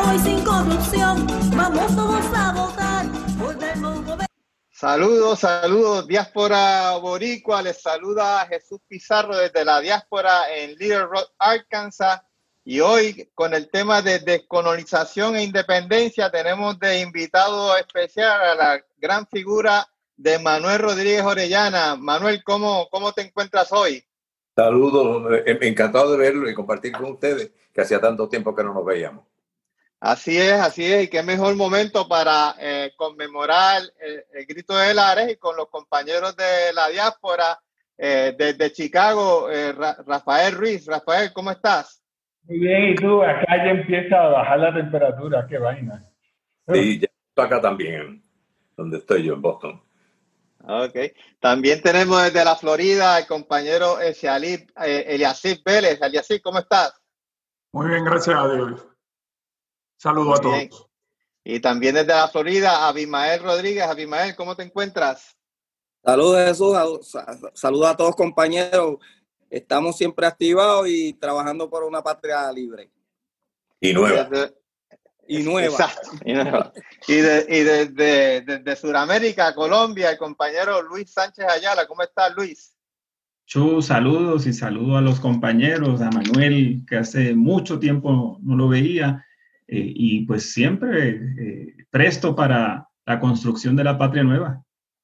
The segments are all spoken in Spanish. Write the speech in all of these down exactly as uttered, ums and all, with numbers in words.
y sin corrupción. Vamos todos a votar por el nuevo gobierno. Saludos, saludos, diáspora boricua. Les saluda Jesús Pizarro desde la diáspora en Little Rock, Arkansas. Y hoy, con el tema de descolonización e independencia, tenemos de invitado especial a la gran figura de Manuel Rodríguez Orellana. Manuel, ¿cómo, cómo te encuentras hoy? Saludos, encantado de verlo y compartir con ustedes, que hacía tanto tiempo que no nos veíamos. Así es, así es, y qué mejor momento para eh, conmemorar el, el Grito de Lares y con los compañeros de la diáspora eh, desde Chicago, eh, Ra Rafael Ruiz. Rafael, ¿cómo estás? Muy bien, y tú, acá ya empieza a bajar la temperatura, qué vaina. Sí, ya estoy acá también, donde estoy yo, en Boston. Ok, también tenemos desde la Florida el compañero eh, Eliasib Vélez. Eliasib, ¿cómo estás? Muy bien, gracias a Dios. Saludos a todos. Y también desde la Florida, Abimael Rodríguez. Abimael, ¿cómo te encuentras? Saludos, Jesús. Saludos a todos, compañeros. Estamos siempre activados y trabajando por una patria libre. Y nueva. Desde, y nueva. Exacto, y nueva. Y, de, y desde, desde Sudamérica, Colombia, el compañero Luis Sánchez Ayala. ¿Cómo estás, Luis? Chu, saludos y saludo a los compañeros, a Manuel, que hace mucho tiempo no lo veía. Eh, y pues siempre eh, presto para la construcción de la patria nueva.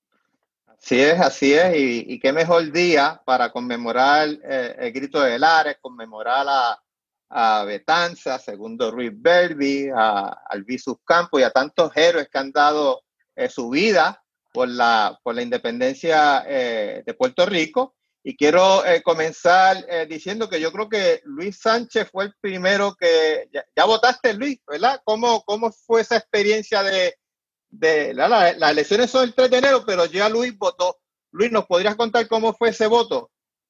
Así es, así es, y, y qué mejor día para conmemorar eh, el Grito de Lares, conmemorar a, a Betanza, Segundo Ruiz Belvi, a Albizu Campos y a tantos héroes que han dado eh, su vida por la, por la independencia eh, de Puerto Rico. Y quiero eh, comenzar eh, diciendo que yo creo que Luis Sánchez fue el primero que... Ya, ya votaste, Luis, ¿verdad? ¿Cómo, cómo fue esa experiencia de... de la, la, las elecciones son el tres de enero, pero ya Luis votó. Luis, ¿nos podrías contar cómo fue ese voto?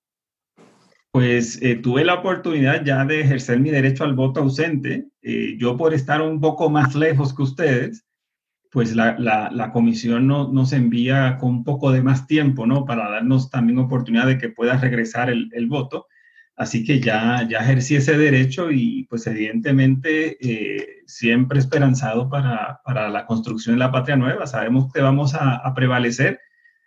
Pues eh, tuve la oportunidad ya de ejercer mi derecho al voto ausente. Eh, yo por estar un poco más lejos que ustedes, pues la, la, la comisión no, nos envía con un poco de más tiempo, ¿no? Para darnos también oportunidad de que pueda regresar el, el voto. Así que ya, ya ejercí ese derecho y pues evidentemente eh, siempre esperanzado para, para la construcción de la patria nueva. Sabemos que vamos a, a prevalecer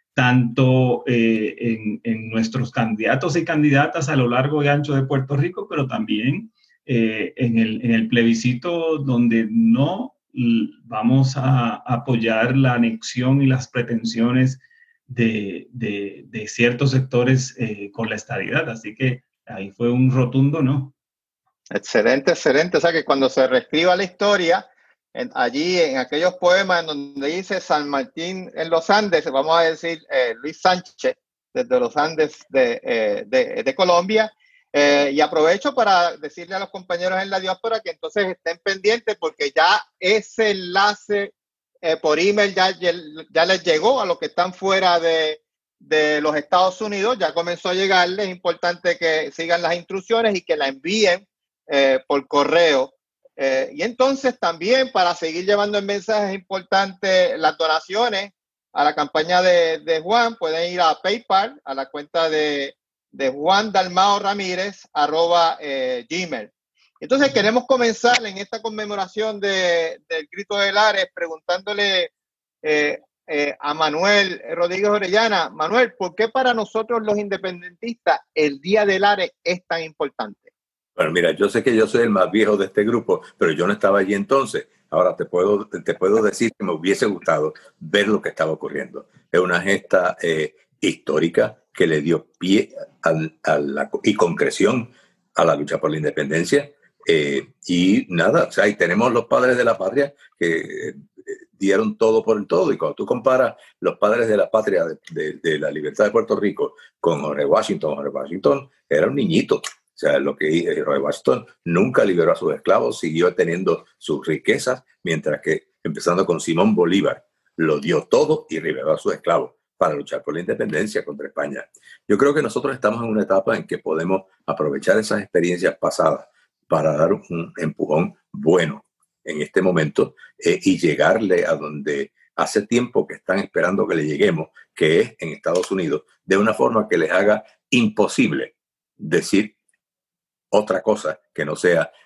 tanto eh, en, en nuestros candidatos y candidatas a lo largo y ancho de Puerto Rico, pero también eh, en, el, en el plebiscito donde no vamos a apoyar la anexión y las pretensiones de, de, de ciertos sectores eh, con la estadidad. Así que ahí fue un rotundo no. Excelente, excelente. O sea que cuando se reescriba la historia, en, allí en aquellos poemas en donde dice San Martín en los Andes, vamos a decir eh, Luis Sánchez desde los Andes de, eh, de, de Colombia. Eh, y aprovecho para decirle a los compañeros en la diáspora que entonces estén pendientes porque ya ese enlace eh, por email ya, ya, ya les llegó a los que están fuera de, de los Estados Unidos, ya comenzó a llegarles. Es importante que sigan las instrucciones y que la envíen eh, por correo. Eh, y entonces también para seguir llevando el mensaje es importante las donaciones a la campaña de, de Juan. Pueden ir a PayPal, a la cuenta de de Juan Dalmao Ramírez, arroba eh, Gmail. Entonces queremos comenzar en esta conmemoración de, del Grito de Lares preguntándole eh, eh, a Manuel Rodríguez Orellana. Manuel, ¿por qué para nosotros los independentistas el Día de Lares es tan importante? Bueno, mira, yo sé que yo soy el más viejo de este grupo, pero yo no estaba allí entonces. Ahora te puedo, te puedo decir que me hubiese gustado ver lo que estaba ocurriendo. Es una gesta eh, histórica que le dio pie a, a la, y concreción a la lucha por la independencia. Eh, y nada, o sea, y tenemos los padres de la patria que eh, dieron todo por el todo. Y cuando tú comparas los padres de la patria de, de, de la libertad de Puerto Rico con Jorge Washington, Jorge Washington era un niñito. O sea, lo que Jorge Washington nunca liberó a sus esclavos, siguió teniendo sus riquezas, mientras que, empezando con Simón Bolívar, lo dio todo y liberó a sus esclavos para luchar por la independencia contra España. Yo creo que nosotros estamos en una etapa en que podemos aprovechar esas experiencias pasadas para dar un empujón bueno en este momento eh, y llegarle a donde hace tiempo que están esperando que le lleguemos, que es en Estados Unidos, de una forma que les haga imposible decir otra cosa que no sea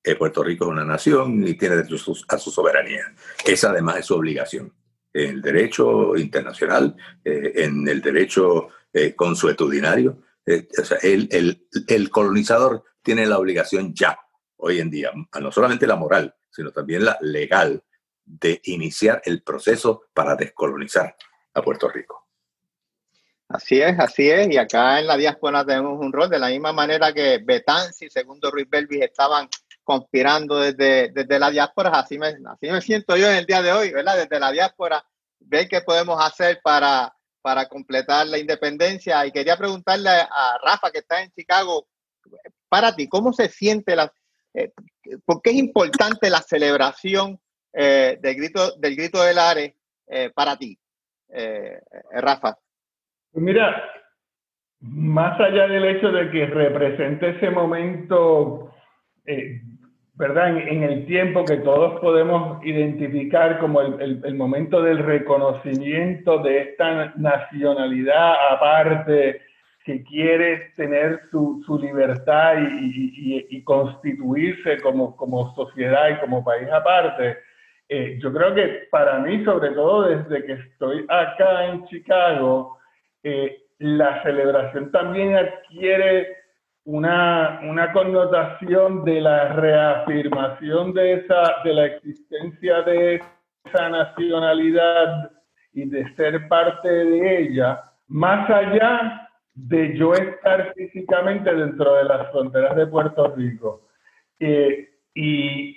Eh, Puerto Rico es una nación y tiene derecho a su soberanía. Esa además es su obligación. En el derecho internacional, eh, en el derecho eh, consuetudinario, eh, o sea, el, el, el colonizador tiene la obligación ya, hoy en día, no solamente la moral, sino también la legal, de iniciar el proceso para descolonizar a Puerto Rico. Así es, así es. Y acá en la diáspora tenemos un rol, de la misma manera que Betanzi, segundo Ruiz Belvis, estaban conspirando desde, desde la diáspora. Así me, así me siento yo en el día de hoy, ¿verdad? Desde la diáspora, ver qué podemos hacer para, para completar la independencia. Y quería preguntarle a Rafa, que está en Chicago, para ti, ¿cómo se siente la... Eh, ¿por qué es importante la celebración eh, del grito del grito del Lares eh, para ti, eh, eh, Rafa? Pues mira, más allá del hecho de que represente ese momento, eh, ¿verdad? En, en el tiempo que todos podemos identificar como el, el, el momento del reconocimiento de esta nacionalidad aparte, que quiere tener su, su libertad y, y, y constituirse como, como sociedad y como país aparte. Eh, yo creo que para mí, sobre todo desde que estoy acá en Chicago, eh, la celebración también adquiere una, una connotación de la reafirmación de, esa, de la existencia de esa nacionalidad y de ser parte de ella, más allá de yo estar físicamente dentro de las fronteras de Puerto Rico. Eh, y,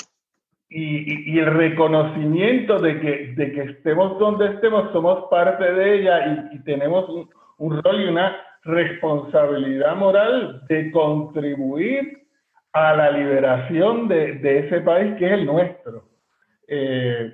y, y el reconocimiento de que, de que estemos donde estemos, somos parte de ella y, y tenemos un, un rol y una responsabilidad moral de contribuir a la liberación de, de ese país que es el nuestro. Eh,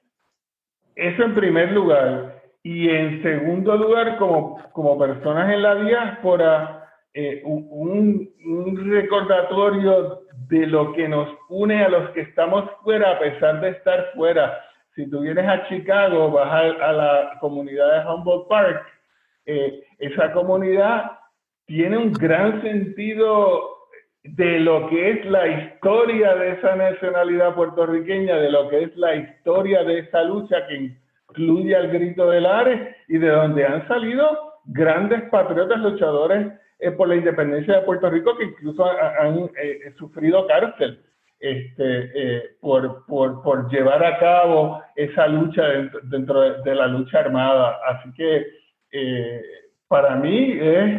eso en primer lugar. Y en segundo lugar, como, como personas en la diáspora, eh, un, un recordatorio de lo que nos une a los que estamos fuera, a pesar de estar fuera. Si tú vienes a Chicago, vas a, a la comunidad de Humboldt Park, eh, esa comunidad tiene un gran sentido de lo que es la historia de esa nacionalidad puertorriqueña, de lo que es la historia de esa lucha que incluye al grito del Lares y de donde han salido grandes patriotas luchadores eh, por la independencia de Puerto Rico que incluso han, han eh, sufrido cárcel este, eh, por, por, por llevar a cabo esa lucha dentro, dentro de, de la lucha armada. Así que eh, para mí es,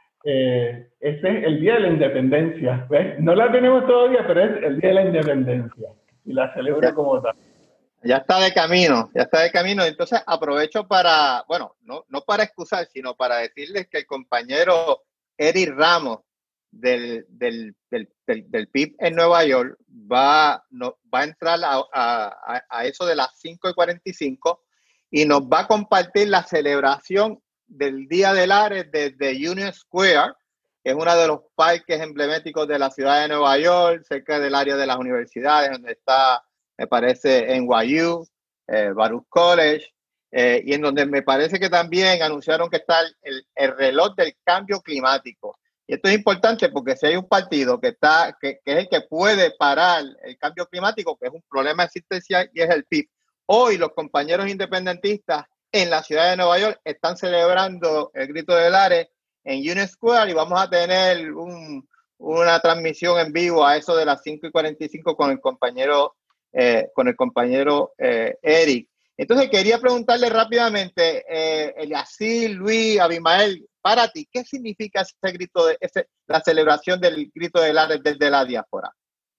eh, este es el Día de la Independencia. ¿Ves? No la tenemos todavía, pero es el Día de la Independencia y la celebro como tal. Ya está de camino, ya está de camino. Entonces aprovecho para, bueno, no, no para excusar, sino para decirles que el compañero Eric Ramos del, del, del, del, del P I B en Nueva York va, no, va a entrar a, a, a eso de las cinco y cuarenta y cinco y nos va a compartir la celebración del Día del Lares desde Union Square, que es uno de los parques emblemáticos de la ciudad de Nueva York, cerca del área de las universidades, donde está, me parece, N Y U, eh, Baruch College, eh, y en donde me parece que también anunciaron que está el, el reloj del cambio climático. Y esto es importante porque si hay un partido que, está, que, que es el que puede parar el cambio climático, que es un problema existencial, y es el P I B. Hoy los compañeros independentistas en la ciudad de Nueva York están celebrando el grito del Lares en Union Square y vamos a tener un, una transmisión en vivo a eso de las cinco y cuarenta y cinco con el compañero Eh, con el compañero eh, Eric. Entonces quería preguntarle rápidamente, eh, Eliacil, Luis, Abimael, para ti, ¿qué significa ese grito, de, ese, la celebración del grito del Lares desde la diáspora?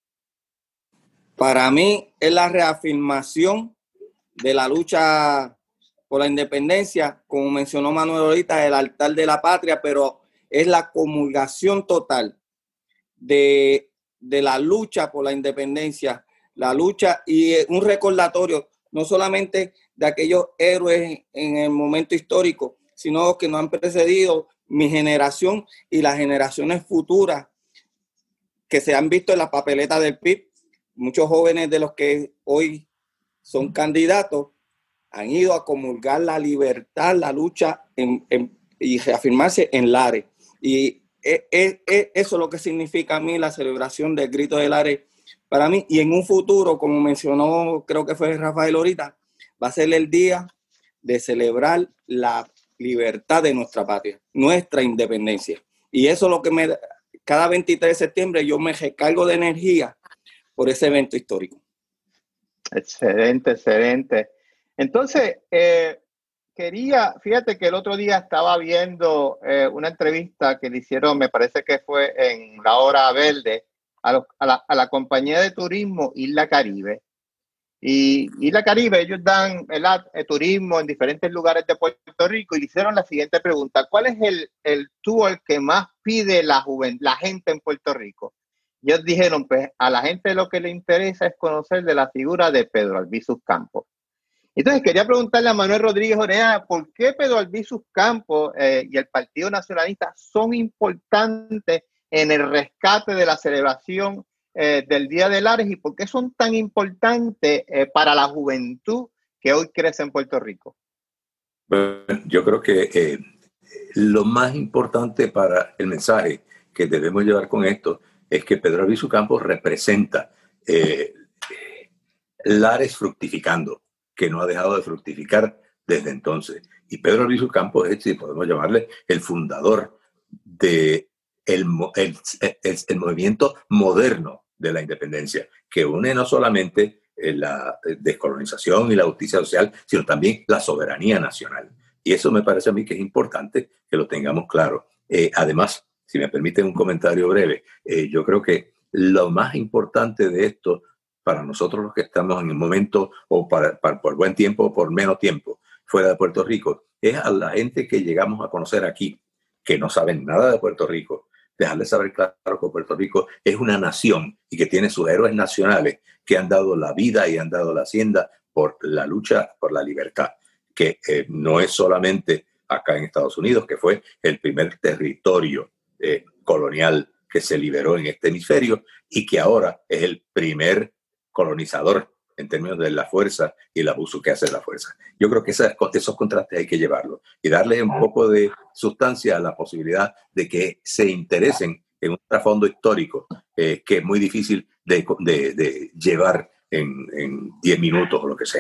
Para mí es la reafirmación de la lucha por la independencia, como mencionó Manuel ahorita, el altar de la patria, pero es la comulgación total de, de la lucha por la independencia, la lucha y un recordatorio no solamente de aquellos héroes en el momento histórico, sino que nos han precedido mi generación y las generaciones futuras que se han visto en la papeleta del P I B. Muchos jóvenes de los que hoy son candidatos han ido a comulgar la libertad, la lucha en, en, y reafirmarse en Lares. Y es, es, es, eso es lo que significa a mí la celebración del grito de Lares para mí, y en un futuro, como mencionó, creo que fue Rafael ahorita, va a ser el día de celebrar la libertad de nuestra patria, nuestra independencia. Y eso es lo que me, cada veintitrés de septiembre yo me recargo de energía por ese evento histórico. Excelente, excelente. Entonces, eh, quería, fíjate que el otro día estaba viendo eh, una entrevista que le hicieron, me parece que fue en La Hora Verde, a, los, a, la, a la compañía de turismo Isla Caribe. Y Isla Caribe, ellos dan el, el turismo en diferentes lugares de Puerto Rico y le hicieron la siguiente pregunta: ¿cuál es el, el tour que más pide la, juven, la gente en Puerto Rico? Y ellos dijeron, pues a la gente lo que le interesa es conocer de la figura de Pedro Albizu Campos. Entonces quería preguntarle a Manuel Rodríguez Oreja, ¿por qué Pedro Albizu Campos eh, y el Partido Nacionalista son importantes en el rescate de la celebración eh, del Día de Lares, y por qué son tan importantes eh, para la juventud que hoy crece en Puerto Rico? Bueno, yo creo que eh, lo más importante para el mensaje que debemos llevar con esto es que Pedro Albizu Campos representa eh, Lares fructificando, que no ha dejado de fructificar desde entonces. Y Pedro Albizu Campos es, si podemos llamarle, el fundador de el, el, el, el movimiento moderno de la independencia, que une no solamente la descolonización y la justicia social, sino también la soberanía nacional. Y eso me parece a mí que es importante que lo tengamos claro. Eh, además, si me permiten un comentario breve, eh, yo creo que lo más importante de esto para nosotros los que estamos en el momento, o para, para, por buen tiempo o por menos tiempo, fuera de Puerto Rico, es a la gente que llegamos a conocer aquí, que no saben nada de Puerto Rico, dejarles saber claro que Puerto Rico es una nación y que tiene sus héroes nacionales que han dado la vida y han dado la hacienda por la lucha por la libertad, que eh, no es solamente acá en Estados Unidos, que fue el primer territorio eh, colonial que se liberó en este hemisferio y que ahora es el primer colonizador en términos de la fuerza y el abuso que hace la fuerza. Yo creo que esas, esos contrastes hay que llevarlos y darle un poco de sustancia a la posibilidad de que se interesen en un trasfondo histórico eh, que es muy difícil de, de, de llevar en diez minutos o lo que sea.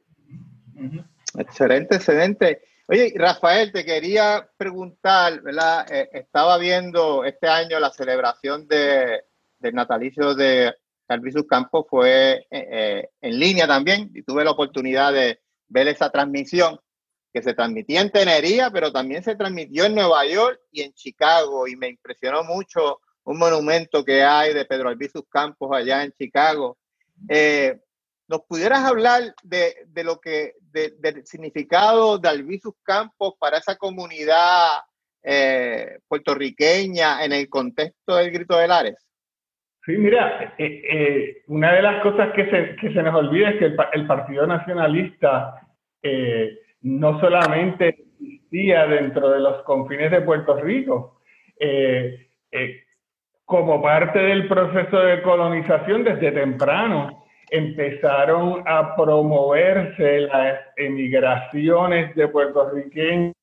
Excelente, excelente. Oye, Rafael, te quería preguntar, ¿verdad? Eh, estaba viendo este año la celebración de, del natalicio de Albizu Campos, fue eh, en línea también, y tuve la oportunidad de ver esa transmisión que se transmitía en Tenería, pero también se transmitió en Nueva York y en Chicago, y me impresionó mucho un monumento que hay de Pedro Albizu Campos allá en Chicago. Eh, ¿Nos pudieras hablar de, de lo que, de, del significado de Albizu Campos para esa comunidad eh, puertorriqueña en el contexto del Grito de Lares? Sí, mira, eh, eh, una de las cosas que se, que se nos olvida es que el, el Partido Nacionalista eh, no solamente existía dentro de los confines de Puerto Rico, eh, eh, como parte del proceso de colonización desde temprano, empezaron a promoverse las emigraciones de puertorriqueños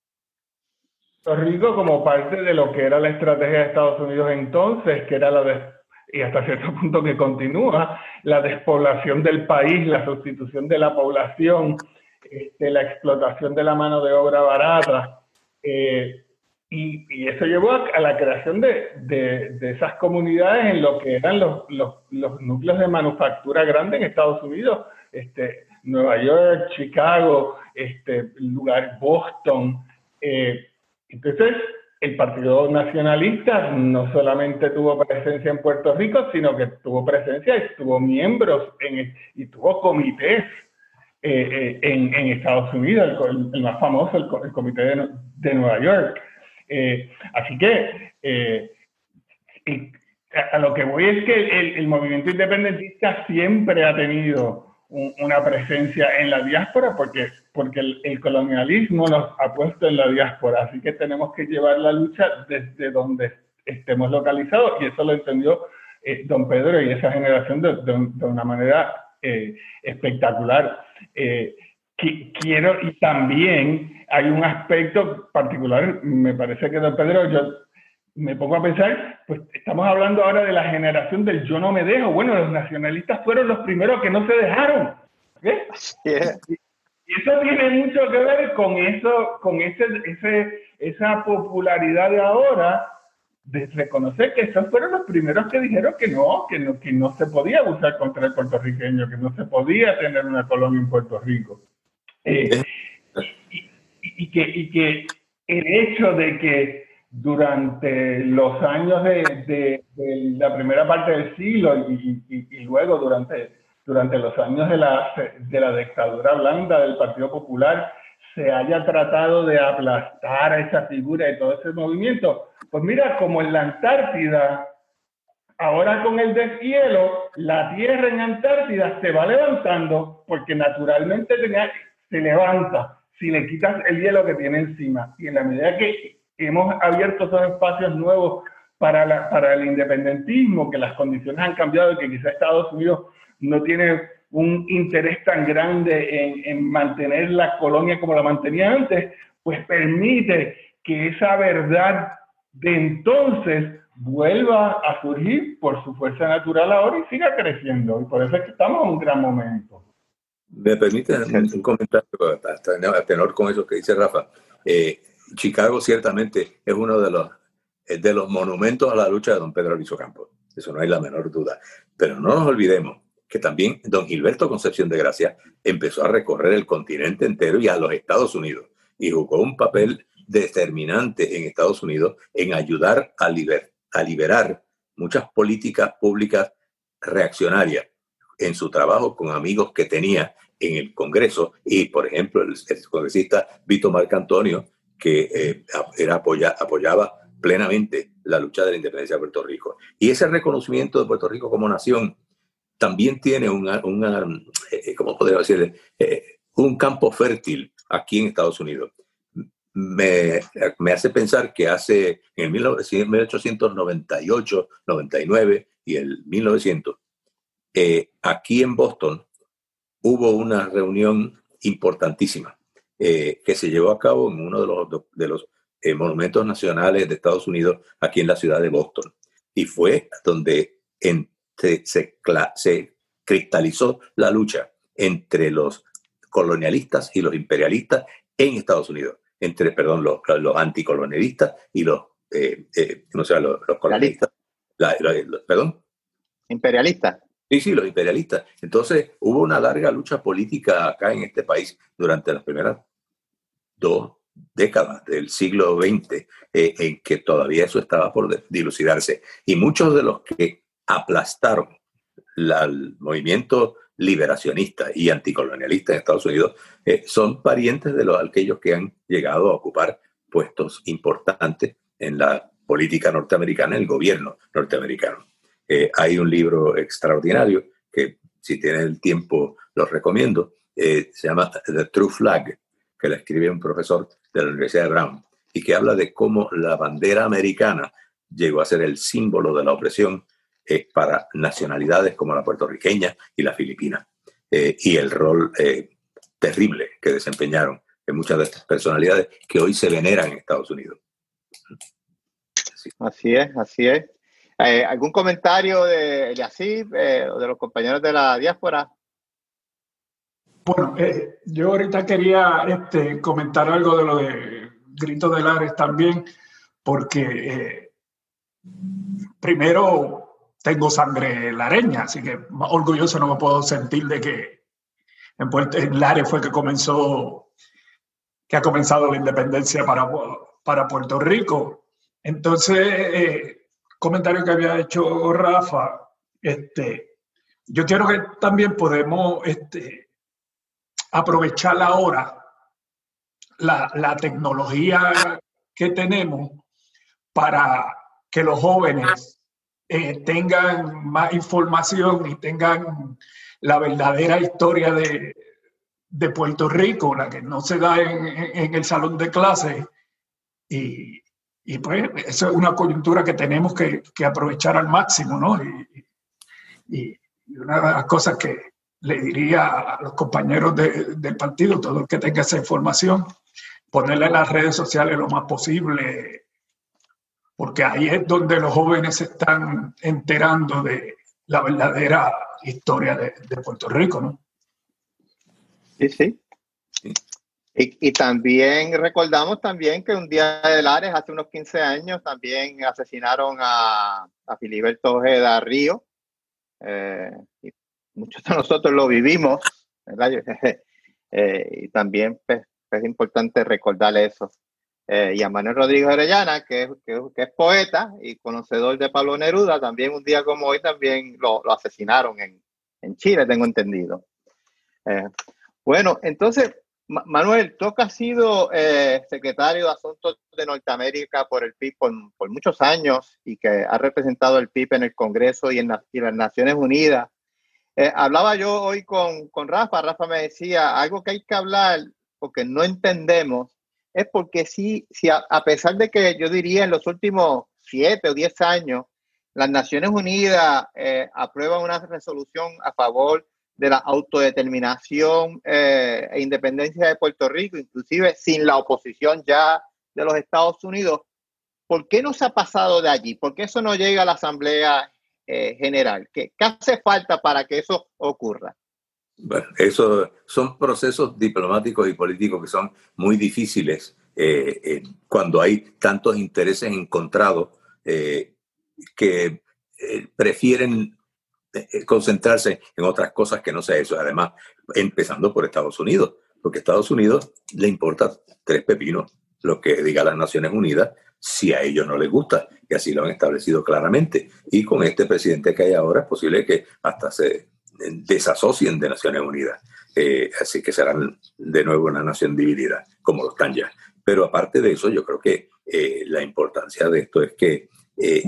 a Puerto Rico como parte de lo que era la estrategia de Estados Unidos entonces, que era la de y hasta cierto punto que continúa, la despoblación del país, la sustitución de la población, este, la explotación de la mano de obra barata, eh, y, y eso llevó a, a la creación de, de, de esas comunidades en lo que eran los, los, los núcleos de manufactura grande en Estados Unidos, este, Nueva York, Chicago, este, lugar Boston. Eh, entonces, el Partido Nacionalista no solamente tuvo presencia en Puerto Rico, sino que tuvo presencia y tuvo miembros en, y tuvo comités eh, eh, en, en Estados Unidos, el, el más famoso, el, el Comité de, de Nueva York. Eh, así que eh, a, a lo que voy es que el, el movimiento independentista siempre ha tenido un, una presencia en la diáspora, porque porque el, el colonialismo nos ha puesto en la diáspora, así que tenemos que llevar la lucha desde donde estemos localizados, y eso lo entendió eh, don Pedro y esa generación de, de, de una manera eh, espectacular. Eh, que, quiero, y también hay un aspecto particular, me parece que don Pedro, yo me pongo a pensar, pues estamos hablando ahora de la generación del yo no me dejo. Bueno, los nacionalistas fueron los primeros que no se dejaron. ¿Okay? Yeah. Y eso tiene mucho que ver con eso, con ese, ese, esa popularidad de ahora, de reconocer que esos fueron los primeros que dijeron que no, que no, que no se podía abusar contra el puertorriqueño, que no se podía tener una colonia en Puerto Rico. Eh, y, y, y, que, y que el hecho de que durante los años de, de, de la primera parte del siglo y, y, y luego durante, durante los años de la, de la dictadura blanda del Partido Popular se haya tratado de aplastar a esa figura y todo ese movimiento. Pues mira, como en la Antártida, ahora con el deshielo, la tierra en Antártida se va levantando porque naturalmente tenía, se levanta si le quitas el hielo que tiene encima. Y en la medida que hemos abierto esos espacios nuevos para, la, para el independentismo, que las condiciones han cambiado y que quizá Estados Unidos no tiene un interés tan grande en, en mantener la colonia como la mantenía antes, pues permite que esa verdad de entonces vuelva a surgir por su fuerza natural ahora y siga creciendo. Y por eso es que estamos en un gran momento. Me permite un, un comentario a tenor con eso que dice Rafa. Eh, Chicago ciertamente es uno de los, de los monumentos a la lucha de don Pedro Albizu Campos. Eso no hay la menor duda. Pero no nos olvidemos que también don Gilberto Concepción de Gracia empezó a recorrer el continente entero y a los Estados Unidos y jugó un papel determinante en Estados Unidos en ayudar a, liber, a liberar muchas políticas públicas reaccionarias en su trabajo con amigos que tenía en el Congreso y, por ejemplo, el, el congresista Vito Marcantonio, que eh, era apoya, apoyaba plenamente la lucha de la independencia de Puerto Rico. Y ese reconocimiento de Puerto Rico como nación también tiene una, una eh, ¿cómo podría decirle? Eh, un campo fértil aquí en Estados Unidos. Me, me hace pensar que hace en el mil ochocientos noventa y ocho, noventa y nueve y el mil novecientos, eh, aquí en Boston hubo una reunión importantísima eh, que se llevó a cabo en uno de los, de los eh, monumentos nacionales de Estados Unidos, aquí en la ciudad de Boston. Y fue donde en, se, se, se cristalizó la lucha entre los colonialistas y los imperialistas en Estados Unidos. Entre, perdón, los, los anticolonialistas y los, eh, eh, no sé, los, los colonialistas. La, la, la, ¿Perdón? Imperialistas. Sí, sí, los imperialistas. Entonces, hubo una larga lucha política acá en este país durante las primeras dos décadas del siglo veinte, eh, en que todavía eso estaba por dilucidarse. Y muchos de los que aplastaron la, el movimiento liberacionista y anticolonialista en Estados Unidos eh, son parientes de los aquellos que han llegado a ocupar puestos importantes en la política norteamericana, en el gobierno norteamericano. Eh, hay un libro extraordinario que, si tienen el tiempo, los recomiendo. Eh, se llama The True Flag, que la escribe un profesor de la Universidad de Brown y que habla de cómo la bandera americana llegó a ser el símbolo de la opresión eh, para nacionalidades como la puertorriqueña y la filipina, eh, y el rol eh, terrible que desempeñaron en muchas de estas personalidades que hoy se veneran en Estados Unidos. Sí. Así es, así es. Eh, ¿Algún comentario de Eliasib eh, o de los compañeros de la diáspora? Bueno, eh, yo ahorita quería este, comentar algo de lo de Grito de Lares también, porque eh, primero tengo sangre lareña, así que más orgulloso no me puedo sentir de que en, Puerto, en Lares fue que comenzó, que ha comenzado la independencia para, para Puerto Rico. Entonces, eh, comentario que había hecho Rafa, este, yo quiero que también podemos este, aprovechar ahora la, la tecnología que tenemos para que los jóvenes eh, tengan más información y tengan la verdadera historia de, de Puerto Rico, la que no se da en, en el salón de clases. Y, y pues eso es una coyuntura que tenemos que, que aprovechar al máximo, ¿no? Y, y, y una de las cosas que le diría a los compañeros de, del partido, todo el que tenga esa información, ponerla en las redes sociales lo más posible, porque ahí es donde los jóvenes se están enterando de la verdadera historia de, de Puerto Rico, ¿no? Sí, sí. Y, y también recordamos también que un día de Lares, hace unos quince años, también asesinaron a, a Filiberto Ojeda Río. Eh, y muchos de nosotros lo vivimos, ¿verdad? eh, y también pues, es importante recordar eso. Eh, y a Manuel Rodríguez Orellana, que, que, que es poeta y conocedor de Pablo Neruda, también un día como hoy también lo, lo asesinaron en, en Chile, tengo entendido. Eh, bueno, entonces, Ma- Manuel, tú que has sido eh, secretario de Asuntos de Norteamérica por el P I B por, por muchos años y que has representado el P I B en el Congreso y en, la, y en las Naciones Unidas. Eh, hablaba yo hoy con, con Rafa, Rafa me decía, algo que hay que hablar porque no entendemos, es porque sí, sí a, a pesar de que yo diría en los últimos siete o diez años, las Naciones Unidas eh, aprueban una resolución a favor de la autodeterminación eh, e independencia de Puerto Rico, inclusive sin la oposición ya de los Estados Unidos. ¿Por qué no se ha pasado de allí? ¿Por qué eso no llega a la Asamblea eh, General? ¿Qué, ¿Qué hace falta para que eso ocurra? Bueno, eso son procesos diplomáticos y políticos que son muy difíciles eh, eh, cuando hay tantos intereses encontrados eh, que eh, prefieren eh, concentrarse en otras cosas que no sea eso. Además, empezando por Estados Unidos, porque a Estados Unidos le importa tres pepinos lo que diga las Naciones Unidas si a ellos no les gusta, y así lo han establecido claramente. Y con este presidente que hay ahora es posible que hasta se desasocien de Naciones Unidas. Eh, así que serán de nuevo una nación dividida, como lo están ya. Pero aparte de eso, yo creo que eh, la importancia de esto es que, eh,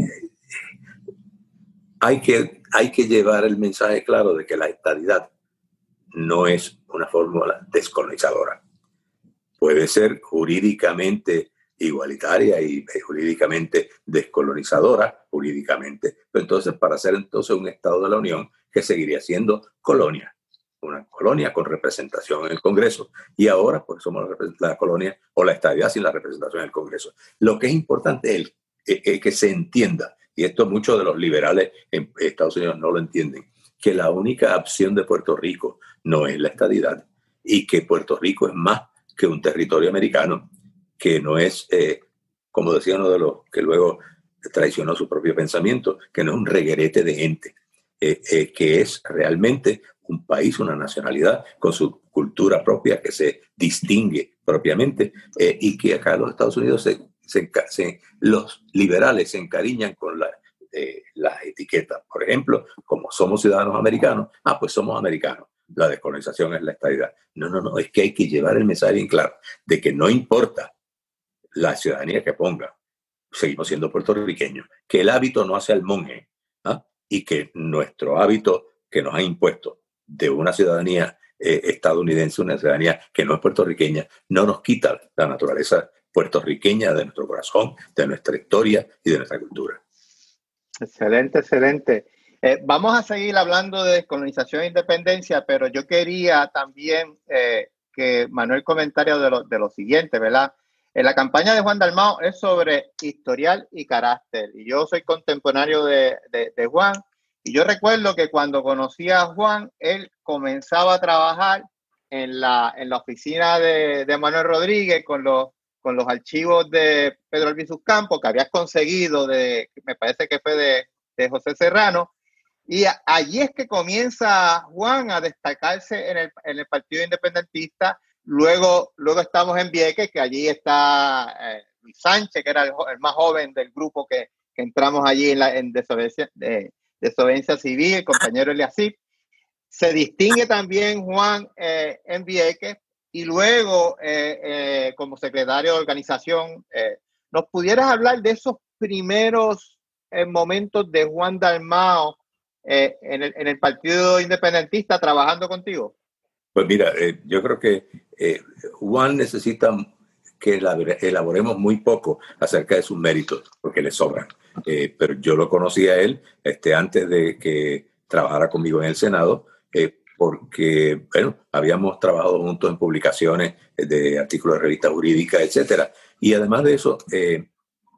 hay que hay que llevar el mensaje claro de que la estadidad no es una fórmula descolonizadora. Puede ser jurídicamente igualitaria y jurídicamente descolonizadora, jurídicamente, pero entonces para ser entonces un Estado de la Unión que seguiría siendo colonia, una colonia con representación en el Congreso, y ahora pues somos la, la colonia o la estadidad sin la representación en el Congreso. Lo que es importante es, es, es que se entienda, y esto muchos de los liberales en Estados Unidos no lo entienden, que la única opción de Puerto Rico no es la estadidad y que Puerto Rico es más que un territorio americano, que no es, eh, como decía uno de los que luego traicionó su propio pensamiento, que no es un reguerete de gente, eh, eh, que es realmente un país, una nacionalidad con su cultura propia que se distingue propiamente eh, y que acá en los Estados Unidos se, se, se, los liberales se encariñan con la, eh, las etiquetas. Por ejemplo, como somos ciudadanos americanos, ah, pues somos americanos. La descolonización es la estadidad. No, no, no, es que hay que llevar el mensaje bien claro de que no importa la ciudadanía que ponga, seguimos siendo puertorriqueños, que el hábito no hace al monje, ¿ah? Y que nuestro hábito que nos ha impuesto de una ciudadanía eh, estadounidense, una ciudadanía que no es puertorriqueña, no nos quita la naturaleza puertorriqueña de nuestro corazón, de nuestra historia y de nuestra cultura. Excelente, excelente. Eh, vamos a seguir hablando de descolonización e independencia, pero yo quería también eh, que Manuel comentario de lo, de lo siguiente, ¿verdad? En la campaña de Juan Dalmau es sobre historial y carácter, y yo soy contemporáneo de, de, de Juan, y yo recuerdo que cuando conocí a Juan, él comenzaba a trabajar en la, en la oficina de, de Manuel Rodríguez con los, con los archivos de Pedro Albizu Campos que habías conseguido, de, me parece que fue de, de José Serrano, y a, allí es que comienza Juan a destacarse en el, en el Partido Independentista. Luego, luego estamos en Vieques, que allí está eh, Luis Sánchez, que era el, el más joven del grupo que, que entramos allí en, la, en desobediencia, de, desobediencia civil, el compañero Eliasib. Se distingue también Juan eh, en Vieques y luego eh, eh, como secretario de organización. Eh, ¿Nos pudieras hablar de esos primeros eh, momentos de Juan Dalmau eh, en, el, en el Partido Independentista trabajando contigo? Pues mira, eh, yo creo que eh, Juan necesita que elaboremos muy poco acerca de sus méritos, porque le sobran. Eh, pero yo lo conocí a él este, antes de que trabajara conmigo en el Senado, eh, porque, bueno, habíamos trabajado juntos en publicaciones de artículos de revistas jurídicas, etcétera. Y además de eso, eh,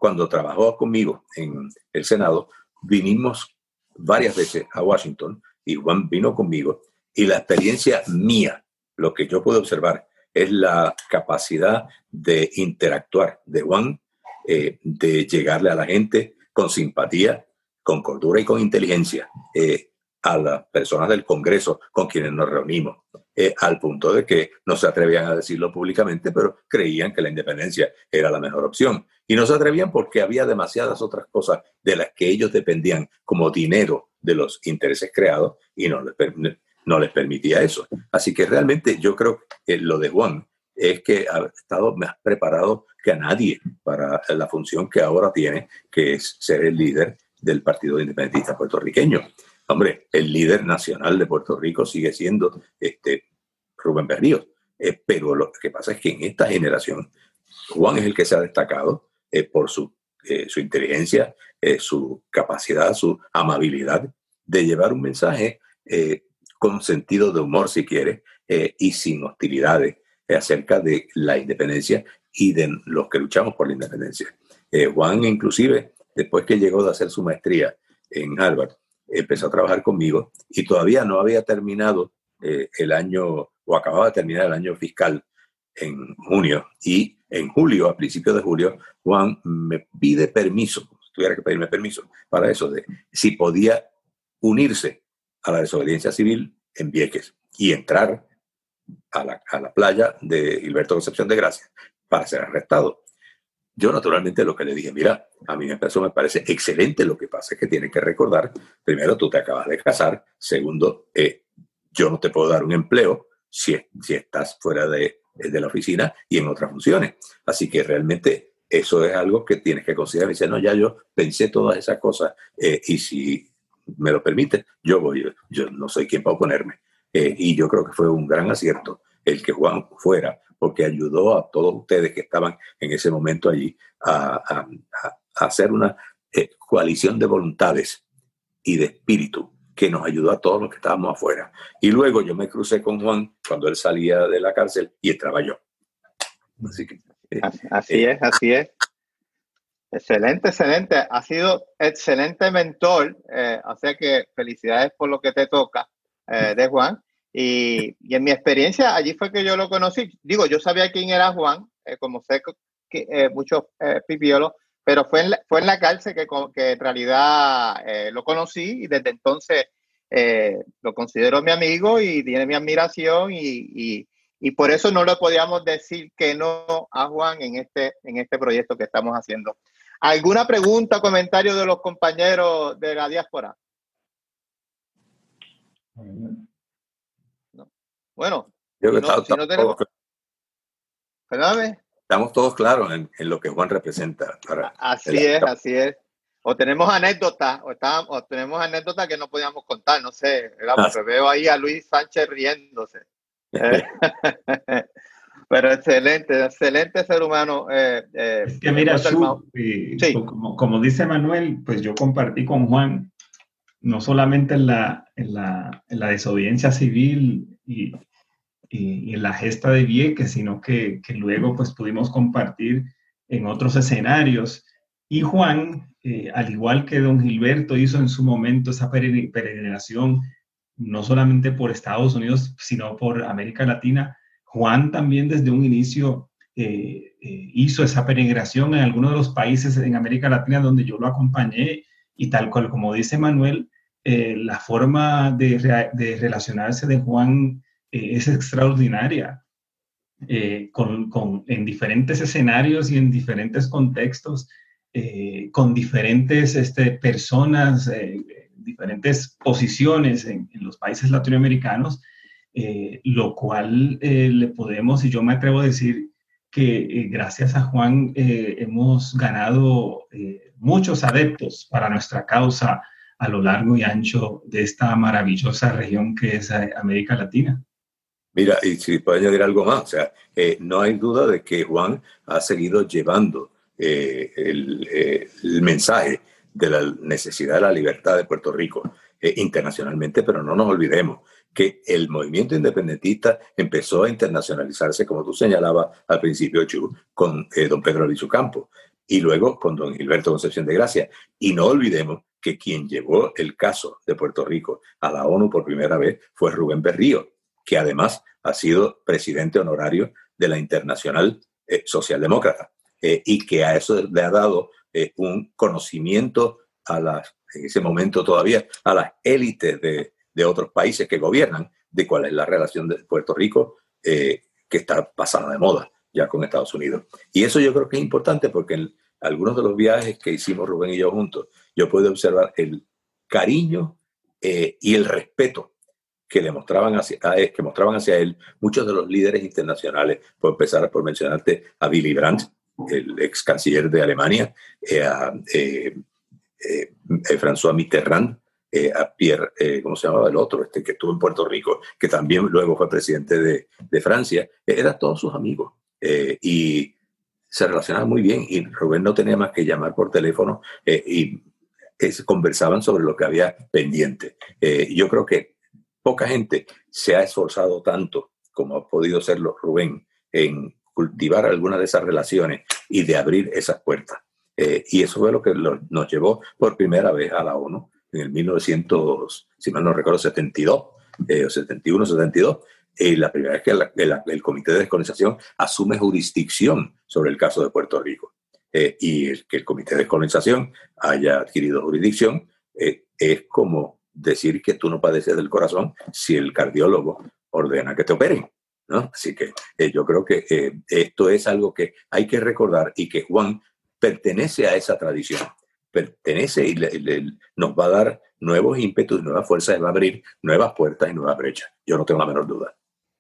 cuando trabajó conmigo en el Senado, vinimos varias veces a Washington y Juan vino conmigo, y la experiencia mía, lo que yo puedo observar, es la capacidad de interactuar de Juan, eh, de llegarle a la gente con simpatía, con cordura y con inteligencia, eh, a las personas del Congreso con quienes nos reunimos, eh, al punto de que no se atrevían a decirlo públicamente, pero creían que la independencia era la mejor opción. Y no se atrevían porque había demasiadas otras cosas de las que ellos dependían, como dinero de los intereses creados, y no les, no les permitía eso. Así que realmente yo creo que lo de Juan es que ha estado más preparado que a nadie para la función que ahora tiene, que es ser el líder del Partido Independentista Puertorriqueño. Hombre, el líder nacional de Puerto Rico sigue siendo este, Rubén Berríos, eh, pero lo que pasa es que en esta generación Juan es el que se ha destacado eh, por su, eh, su inteligencia, eh, su capacidad, su amabilidad de llevar un mensaje eh, con sentido de humor, si quiere, eh, y sin hostilidades eh, acerca de la independencia y de los que luchamos por la independencia. Eh, Juan, inclusive, después que llegó de hacer su maestría en Harvard, empezó a trabajar conmigo y todavía no había terminado eh, el año, o acababa de terminar el año fiscal en junio, y en julio, a principios de julio, Juan me pide permiso, tuviera que pedirme permiso para eso, de si podía unirse a la desobediencia civil en Vieques y entrar a la, a la playa de Gilberto Concepción de Gracia para ser arrestado. Yo naturalmente lo que le dije, mira, a mí eso me parece excelente, lo que pasa es que tienes que recordar, primero, tú te acabas de casar, segundo, eh, yo no te puedo dar un empleo si, si estás fuera de, de la oficina y en otras funciones. Así que realmente eso es algo que tienes que considerar. Me dice, no, ya yo pensé todas esas cosas eh, y si me lo permite, yo voy, yo, yo no soy quien para oponerme. Eh, y yo creo que fue un gran acierto el que Juan fuera, porque ayudó a todos ustedes que estaban en ese momento allí a, a, a hacer una eh, coalición de voluntades y de espíritu que nos ayudó a todos los que estábamos afuera. Y luego yo me crucé con Juan cuando él salía de la cárcel y entraba yo. Así que, eh, así eh, es, así es. Excelente, excelente. Ha sido excelente mentor. Eh, así que felicidades por lo que te toca eh, de Juan. Y, y en mi experiencia, allí fue que yo lo conocí. Digo, yo sabía quién era Juan, eh, como sé que eh, muchos eh, pipiolos, pero fue en la, fue en la cárcel que, que en realidad eh, lo conocí, y desde entonces eh, lo considero mi amigo y tiene mi admiración, y, y, y por eso no le podíamos decir que no a Juan en este, en este proyecto que estamos haciendo. ¿Alguna pregunta o comentario de los compañeros de la diáspora? Bueno, yo si que no, estamos, si no tenemos... todos, Perdóname. estamos todos claros en, en lo que Juan representa. Para así es, así es. O tenemos anécdotas, o, está, o tenemos anécdotas que no podíamos contar, no sé, ¿verdad? Porque veo ahí a Luis Sánchez riéndose. Pero excelente, excelente ser humano. Eh, eh, es que mira, Su, eh, sí. como, como dice Manuel, pues yo compartí con Juan, no solamente en la, en la, en la desobediencia civil y, y, y en la gesta de Vieques, sino que, que luego pues pudimos compartir en otros escenarios. Y Juan, eh, al igual que don Gilberto hizo en su momento esa peregrinación, no solamente por Estados Unidos, sino por América Latina, Juan también desde un inicio eh, eh, hizo esa peregrinación en algunos de los países en América Latina donde yo lo acompañé, y tal cual como dice Manuel, eh, la forma de, re de relacionarse de Juan eh, es extraordinaria, eh, con, con, en diferentes escenarios y en diferentes contextos, eh, con diferentes este, personas, eh, diferentes posiciones en, en los países latinoamericanos, eh, lo cual eh, le podemos, y yo me atrevo a decir que eh, gracias a Juan eh, hemos ganado eh, muchos adeptos para nuestra causa a lo largo y ancho de esta maravillosa región que es América Latina. Mira, y si puedo añadir algo más, o sea, eh, no hay duda de que Juan ha seguido llevando eh, el, eh, el mensaje de la necesidad de la libertad de Puerto Rico eh, internacionalmente, pero no nos olvidemos que el movimiento independentista empezó a internacionalizarse, como tú señalabas al principio, Chu, con eh, don Pedro Albizu Campos. y luego con don Gilberto Concepción de Gracia. Y no olvidemos que quien llevó el caso de Puerto Rico a la ONU por primera vez fue Rubén Berrío, que además ha sido presidente honorario de la Internacional eh, Socialdemócrata, eh, y que a eso le ha dado eh, un conocimiento a las, en ese momento todavía, a las élites de, de otros países que gobiernan, de cuál es la relación de Puerto Rico, eh, que está pasada de moda ya con Estados Unidos. Y eso yo creo que es importante porque en algunos de los viajes que hicimos Rubén y yo juntos, yo pude observar el cariño eh, y el respeto que le mostraban hacia, que mostraban hacia él muchos de los líderes internacionales, por empezar por mencionarte a Willy Brandt, el ex canciller de Alemania, eh, a eh, eh, eh, François Mitterrand, eh, a Pierre, eh, ¿cómo se llamaba el otro? Este que estuvo en Puerto Rico, que también luego fue presidente de, de Francia, eh, eran todos sus amigos eh, y se relacionaban muy bien, y Rubén no tenía más que llamar por teléfono eh, y eh, conversaban sobre lo que había pendiente. Eh, yo creo que poca gente se ha esforzado tanto como ha podido serlo Rubén en cultivar algunas de esas relaciones y de abrir esas puertas. Eh, y eso fue lo que lo, nos llevó por primera vez a la ONU en el mil novecientos, si mal no recuerdo, setenta y dos, eh, setenta y uno, setenta y dos. Eh, la primera vez que la, el, el Comité de Descolonización asume jurisdicción sobre el caso de Puerto Rico. Eh, y el, que el Comité de Descolonización haya adquirido jurisdicción eh, es como decir que tú no padeces del corazón si el cardiólogo ordena que te operen, ¿no? Así que eh, yo creo que eh, esto es algo que hay que recordar y que Juan pertenece a esa tradición, pertenece y le, le, nos va a dar nuevos ímpetus, nuevas fuerzas, y va a abrir nuevas puertas y nuevas brechas. Yo no tengo la menor duda.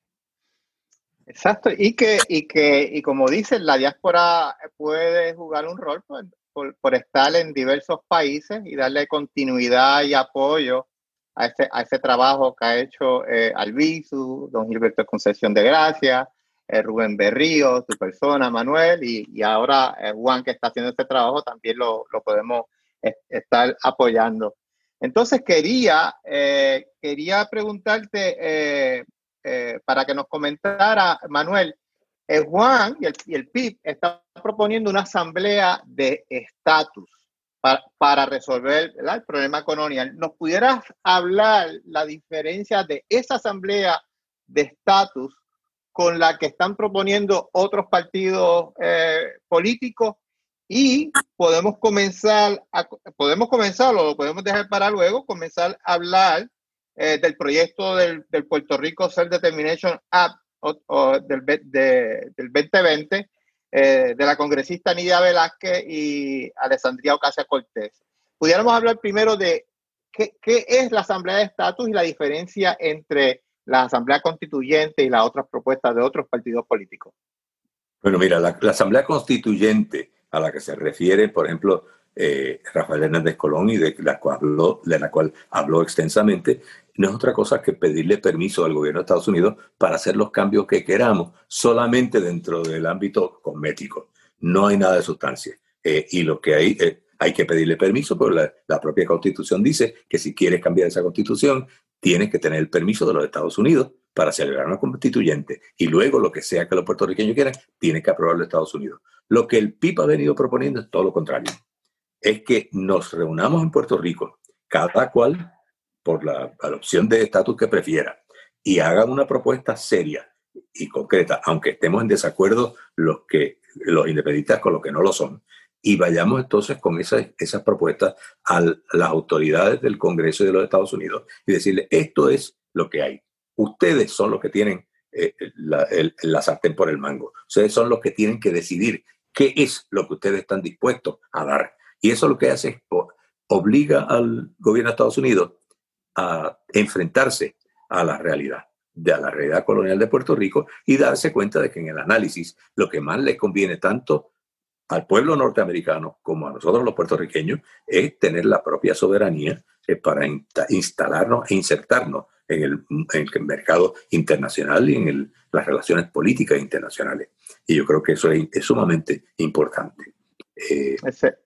Exacto, y que, y que, y como dicen, la diáspora puede jugar un rol por, por, por estar en diversos países y darle continuidad y apoyo a ese, a ese trabajo que ha hecho eh, Albizu, don Gilberto Concepción de Gracia, eh, Rubén Berrío, su persona, Manuel, y, y ahora eh, Juan, que está haciendo este trabajo, también lo, lo podemos eh, estar apoyando. Entonces quería, eh, quería preguntarte, eh, eh, para que nos comentara, Manuel, eh, Juan y el, y el P I B están proponiendo una asamblea de estatus para, para resolver, ¿verdad?, el problema colonial. ¿Nos pudieras hablar la diferencia de esa asamblea de estatus con la que están proponiendo otros partidos eh, políticos? Y podemos comenzar, a, podemos comenzar, o lo podemos dejar para luego, comenzar a hablar eh, del proyecto del, del Puerto Rico Self-Determination Act o, o del, de, del veinte veinte, eh, de la congresista Nidia Velázquez y Alessandria Ocasio-Cortez. Pudiéramos hablar primero de qué, qué es la Asamblea de Estatus y la diferencia entre la Asamblea Constituyente y las otras propuestas de otros partidos políticos. Bueno, mira, la, la Asamblea Constituyente a la que se refiere, por ejemplo, eh, Rafael Hernández Colón, y de la, cual habló, de la cual habló extensamente, no es otra cosa que pedirle permiso al gobierno de Estados Unidos para hacer los cambios que queramos, solamente dentro del ámbito cosmético. No hay nada de sustancia. Eh, y lo que hay, eh, hay que pedirle permiso, porque la, la propia Constitución dice que si quieres cambiar esa Constitución, tienes que tener el permiso de los Estados Unidos para celebrar una constituyente, y luego lo que sea que los puertorriqueños quieran, tiene que aprobarlo Estados Unidos. Lo que el P I B ha venido proponiendo es todo lo contrario. Es que nos reunamos en Puerto Rico, cada cual por la, la opción de estatus que prefiera, y hagan una propuesta seria y concreta, aunque estemos en desacuerdo los, que, los independentistas con los que no lo son, y vayamos entonces con esas, esas propuestas a las autoridades del Congreso de los Estados Unidos y decirles, esto es lo que hay. Ustedes son los que tienen eh, la, el, la sartén por el mango. Ustedes son los que tienen que decidir qué es lo que ustedes están dispuestos a dar. Y eso lo que hace es obliga al gobierno de Estados Unidos a enfrentarse a la realidad, de a la realidad colonial de Puerto Rico, y darse cuenta de que en el análisis lo que más le conviene tanto al pueblo norteamericano como a nosotros los puertorriqueños es tener la propia soberanía eh, para insta- instalarnos e insertarnos en el, en el mercado internacional y en el, las relaciones políticas internacionales. Y yo creo que eso es, es sumamente importante. Eh,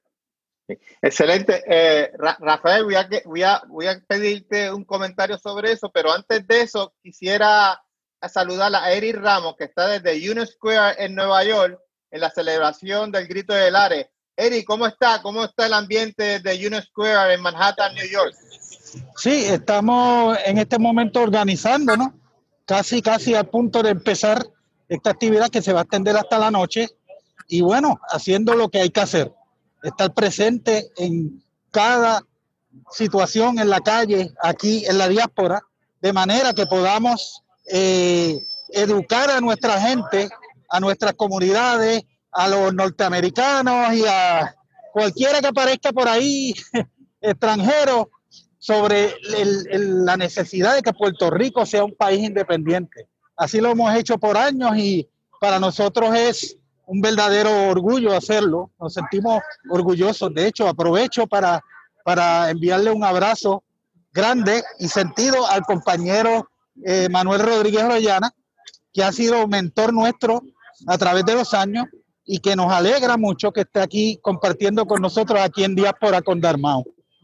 Excelente. Eh, Ra- Rafael, voy a, voy, a, voy a pedirte un comentario sobre eso, pero antes de eso quisiera saludar a Eric Ramos, que está desde Union Square en Nueva York, en la celebración del Grito de Lares. Eric, ¿cómo está? ¿Cómo está el ambiente de Union Square en Manhattan, New York? Sí, estamos en este momento organizándonos, casi, casi al punto de empezar esta actividad que se va a extender hasta la noche y bueno, haciendo lo que hay que hacer, estar presente en cada situación en la calle, aquí en la diáspora, de manera que podamos eh, educar a nuestra gente, a nuestras comunidades, a los norteamericanos y a cualquiera que aparezca por ahí extranjero sobre el, el, la necesidad de que Puerto Rico sea un país independiente. Así lo hemos hecho por años y para nosotros es un verdadero orgullo hacerlo. Nos sentimos orgullosos. De hecho, aprovecho para, para enviarle un abrazo grande y sentido al compañero eh, Manuel Rodríguez Royana, que ha sido mentor nuestro a través de los años y que nos alegra mucho que esté aquí compartiendo con nosotros aquí en Diáspora con Dalmau.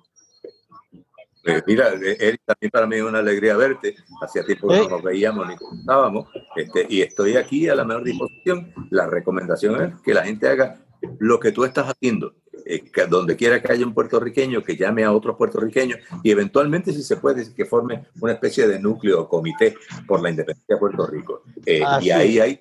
Eh, mira, Eric, también para mí es una alegría verte. Hacía tiempo que no nos veíamos ni contábamos, este, y estoy aquí a la mejor disposición. La recomendación es que la gente haga lo que tú estás haciendo, eh, que donde quiera que haya un puertorriqueño, que llame a otros puertorriqueños y eventualmente, si se puede, que forme una especie de núcleo o comité por la independencia de Puerto Rico. Eh, y ahí hay...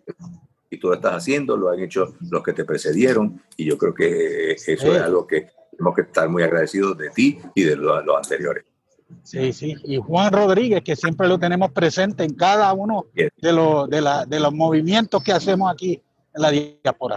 Y tú lo estás haciendo, lo han hecho los que te precedieron, y yo creo que eso sí. es algo que tenemos que estar muy agradecidos de ti y de los, los anteriores. Sí, sí, y Juan Rodríguez, que siempre lo tenemos presente en cada uno sí. de, los, de, la, de los movimientos que hacemos aquí en la diáspora.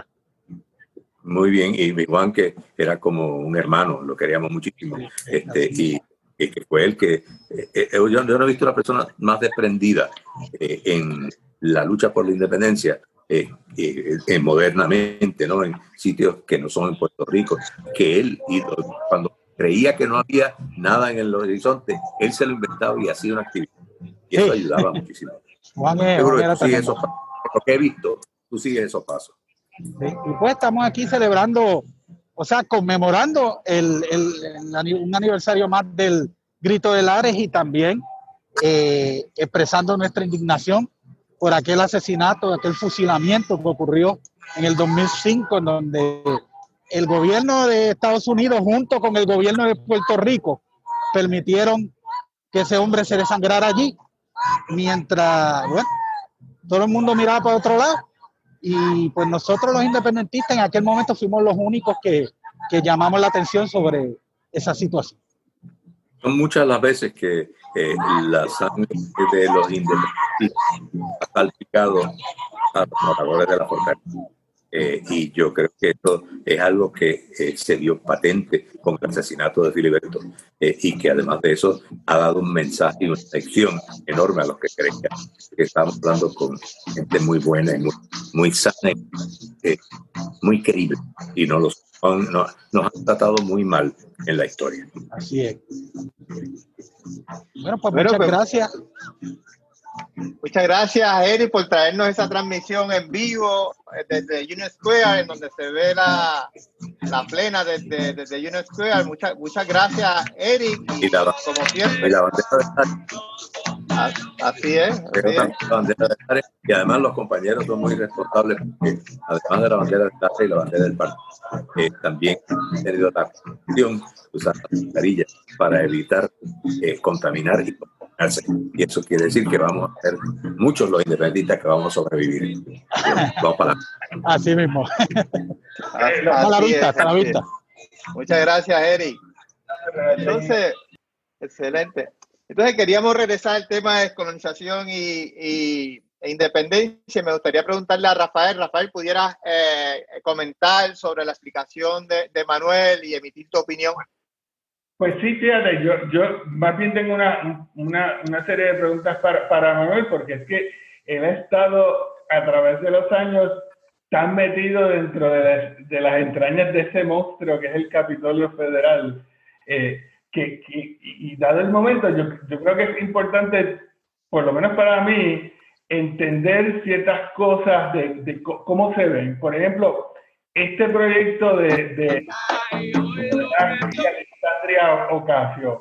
Muy bien, y mi Juan, que era como un hermano, lo queríamos muchísimo, sí, este, y, y que fue el que, eh, eh, yo, yo no he visto una persona más desprendida eh, en la lucha por la independencia, Eh, eh, eh, modernamente, ¿no? En sitios que no son en Puerto Rico, que él, y cuando creía que no había nada en el horizonte, él se lo inventaba y hacía una actividad. Y eso sí. ayudaba muchísimo. Juan es, Seguro Juan que tú sigues esos pasos. Lo que he visto, tú sigues esos pasos. Sí. Y pues estamos aquí celebrando, o sea, conmemorando el, el, el, un aniversario más del Grito de Lares y también eh, expresando nuestra indignación por aquel asesinato, aquel fusilamiento que ocurrió en el dos mil cinco, en donde el gobierno de Estados Unidos junto con el gobierno de Puerto Rico permitieron que ese hombre se desangrara allí, mientras, bueno, todo el mundo miraba para otro lado. Y pues nosotros los independentistas en aquel momento fuimos los únicos que, que llamamos la atención sobre esa situación. Son muchas las veces que eh, la sangre de los independentistas ha salpicado a los moradores de la fortaleza. Eh, y yo creo que esto es algo que eh, se dio patente con el asesinato de Filiberto eh, y que además de eso ha dado un mensaje y una lección enorme a los que creían que estamos hablando con gente muy buena y muy, muy sana, eh, muy querida, y no los han, no, nos han tratado muy mal en la historia. Así es. Bueno, pues bueno, muchas pues, gracias. Muchas gracias, Eric, por traernos esa transmisión en vivo desde Union Square, en donde se ve la, la plena desde, desde Union Square. Muchas, muchas gracias, Eric. Y, y la, como siempre. Y la bandera de Así es. Así es. La bandera de y además los compañeros son muy responsables porque además de la bandera de Estado y la bandera del partido, eh, también han tenido la cuestión de usar la mascarilla para evitar eh, contaminar y y eso quiere decir que vamos a ser muchos los independentistas que vamos a sobrevivir. Vamos para la... Así mismo. Así a la vista, es, a la vista. Muchas gracias, Eric. Entonces, excelente. Entonces queríamos regresar al tema de descolonización y, y e independencia. Me gustaría preguntarle a Rafael. Rafael, ¿pudieras eh, comentar sobre la explicación de, de Manuel y emitir tu opinión? Pues sí, fíjate, yo, yo más bien tengo una, una, una serie de preguntas para, para Manuel, porque es que él ha estado a través de los años tan metido dentro de las, de las entrañas de ese monstruo que es el Capitolio Federal, eh, que, que, y dado el momento, yo, yo creo que es importante, por lo menos para mí, entender ciertas cosas de, de cómo se ven. Por ejemplo, este proyecto de... de, de Alexandria Ocasio,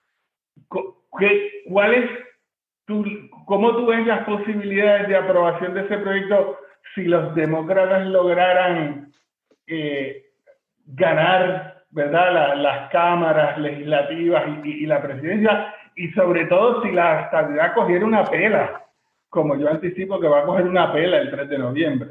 ¿cuál es tu, cómo tú ves las posibilidades de aprobación de ese proyecto si los demócratas lograran eh, ganar, ¿verdad?, la, las cámaras legislativas y, y, y la presidencia, y sobre todo si la estabilidad cogiera una pela, como yo anticipo que va a coger una pela el tres de noviembre.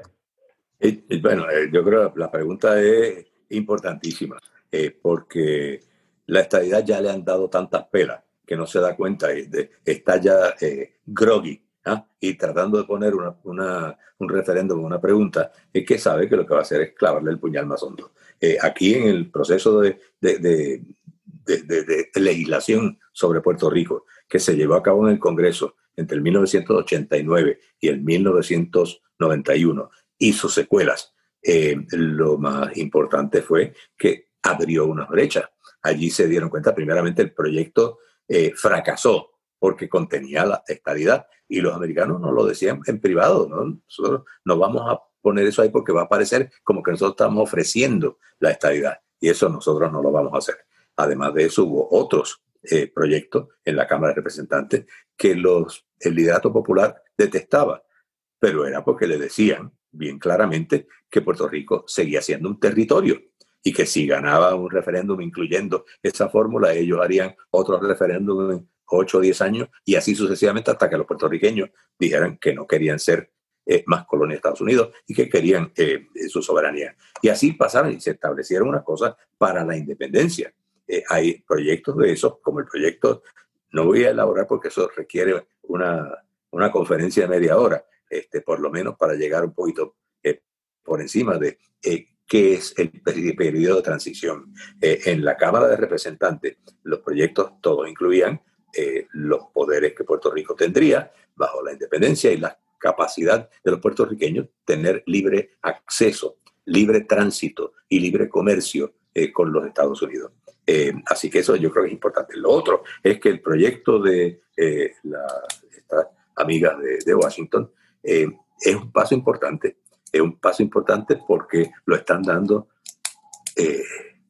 Y, y bueno, eh, yo creo que la pregunta es importantísima, eh, porque la estadidad ya le han dado tantas pelas que no se da cuenta, de, de, está ya eh, groggy, ¿ah? Y tratando de poner una, una, un referéndum, una pregunta, es que sabe que lo que va a hacer es clavarle el puñal más hondo. Eh, aquí en el proceso de, de, de, de, de, de legislación sobre Puerto Rico, que se llevó a cabo en el Congreso entre el mil novecientos ochenta y nueve y el mil novecientos noventa y uno, y sus secuelas, eh, lo más importante fue que abrió una brecha. Allí se dieron cuenta, primeramente, el proyecto eh, fracasó porque contenía la estadidad, y los americanos nos lo decían en privado, ¿no? Nosotros no vamos a poner eso ahí porque va a parecer como que nosotros estamos ofreciendo la estadidad, y eso nosotros no lo vamos a hacer. Además de eso, hubo otros eh, proyectos en la Cámara de Representantes que los, el liderato popular detestaba, pero era porque le decían bien claramente que Puerto Rico seguía siendo un territorio y que si ganaba un referéndum incluyendo esa fórmula, ellos harían otro referéndum en ocho o diez años, y así sucesivamente hasta que los puertorriqueños dijeran que no querían ser eh, más colonia de Estados Unidos y que querían eh, su soberanía. Y así pasaron y se establecieron unas cosas para la independencia. Eh, hay proyectos de esos, como el proyecto, no voy a elaborar porque eso requiere una, una conferencia de media hora, este, por lo menos para llegar un poquito eh, por encima de eh, qué es el periodo de transición. Eh, en la Cámara de Representantes, los proyectos todos incluían eh, los poderes que Puerto Rico tendría bajo la independencia y la capacidad de los puertorriqueños tener libre acceso, libre tránsito y libre comercio eh, con los Estados Unidos. Eh, así que eso yo creo que es importante. Lo otro es que el proyecto de eh, la, estas amigas de, de Washington eh, es un paso importante. Es un paso importante porque lo están dando eh,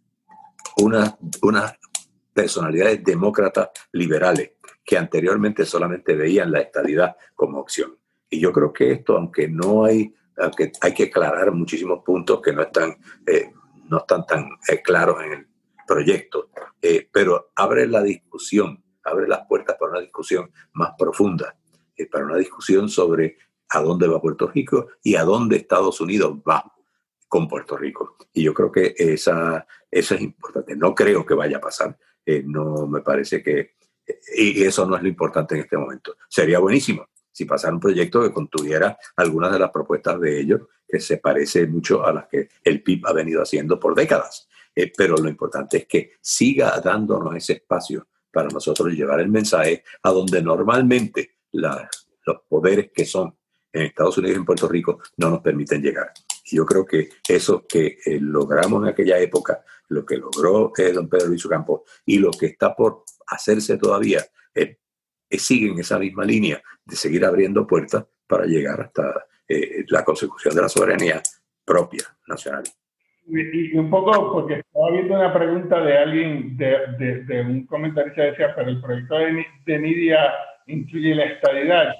unas una personalidades demócratas liberales que anteriormente solamente veían la estadidad como opción. Y yo creo que esto, aunque no hay, aunque hay que aclarar muchísimos puntos que no están, eh, no están tan eh, claros en el proyecto, eh, pero abre la discusión, abre las puertas para una discusión más profunda, eh, para una discusión sobre a dónde va Puerto Rico y a dónde Estados Unidos va con Puerto Rico. Y yo creo que esa, eso es importante. No creo que vaya a pasar. Eh, no me parece que... Y eso no es lo importante en este momento. Sería buenísimo si pasara un proyecto que contuviera algunas de las propuestas de ellos, que se parece mucho a las que el P I B ha venido haciendo por décadas. Eh, pero lo importante es que siga dándonos ese espacio para nosotros llevar el mensaje a donde normalmente la, los poderes que son en Estados Unidos y en Puerto Rico no nos permiten llegar. Y yo creo que eso que eh, logramos en aquella época, lo que logró eh, don Pedro Luis Ocampo y lo que está por hacerse todavía, eh, eh, sigue en esa misma línea de seguir abriendo puertas para llegar hasta eh, la consecución de la soberanía propia nacional. Y, y un poco, porque estaba viendo una pregunta de alguien, de, de, de un comentarista que decía, pero el proyecto de, de Nidia incluye la estadidad.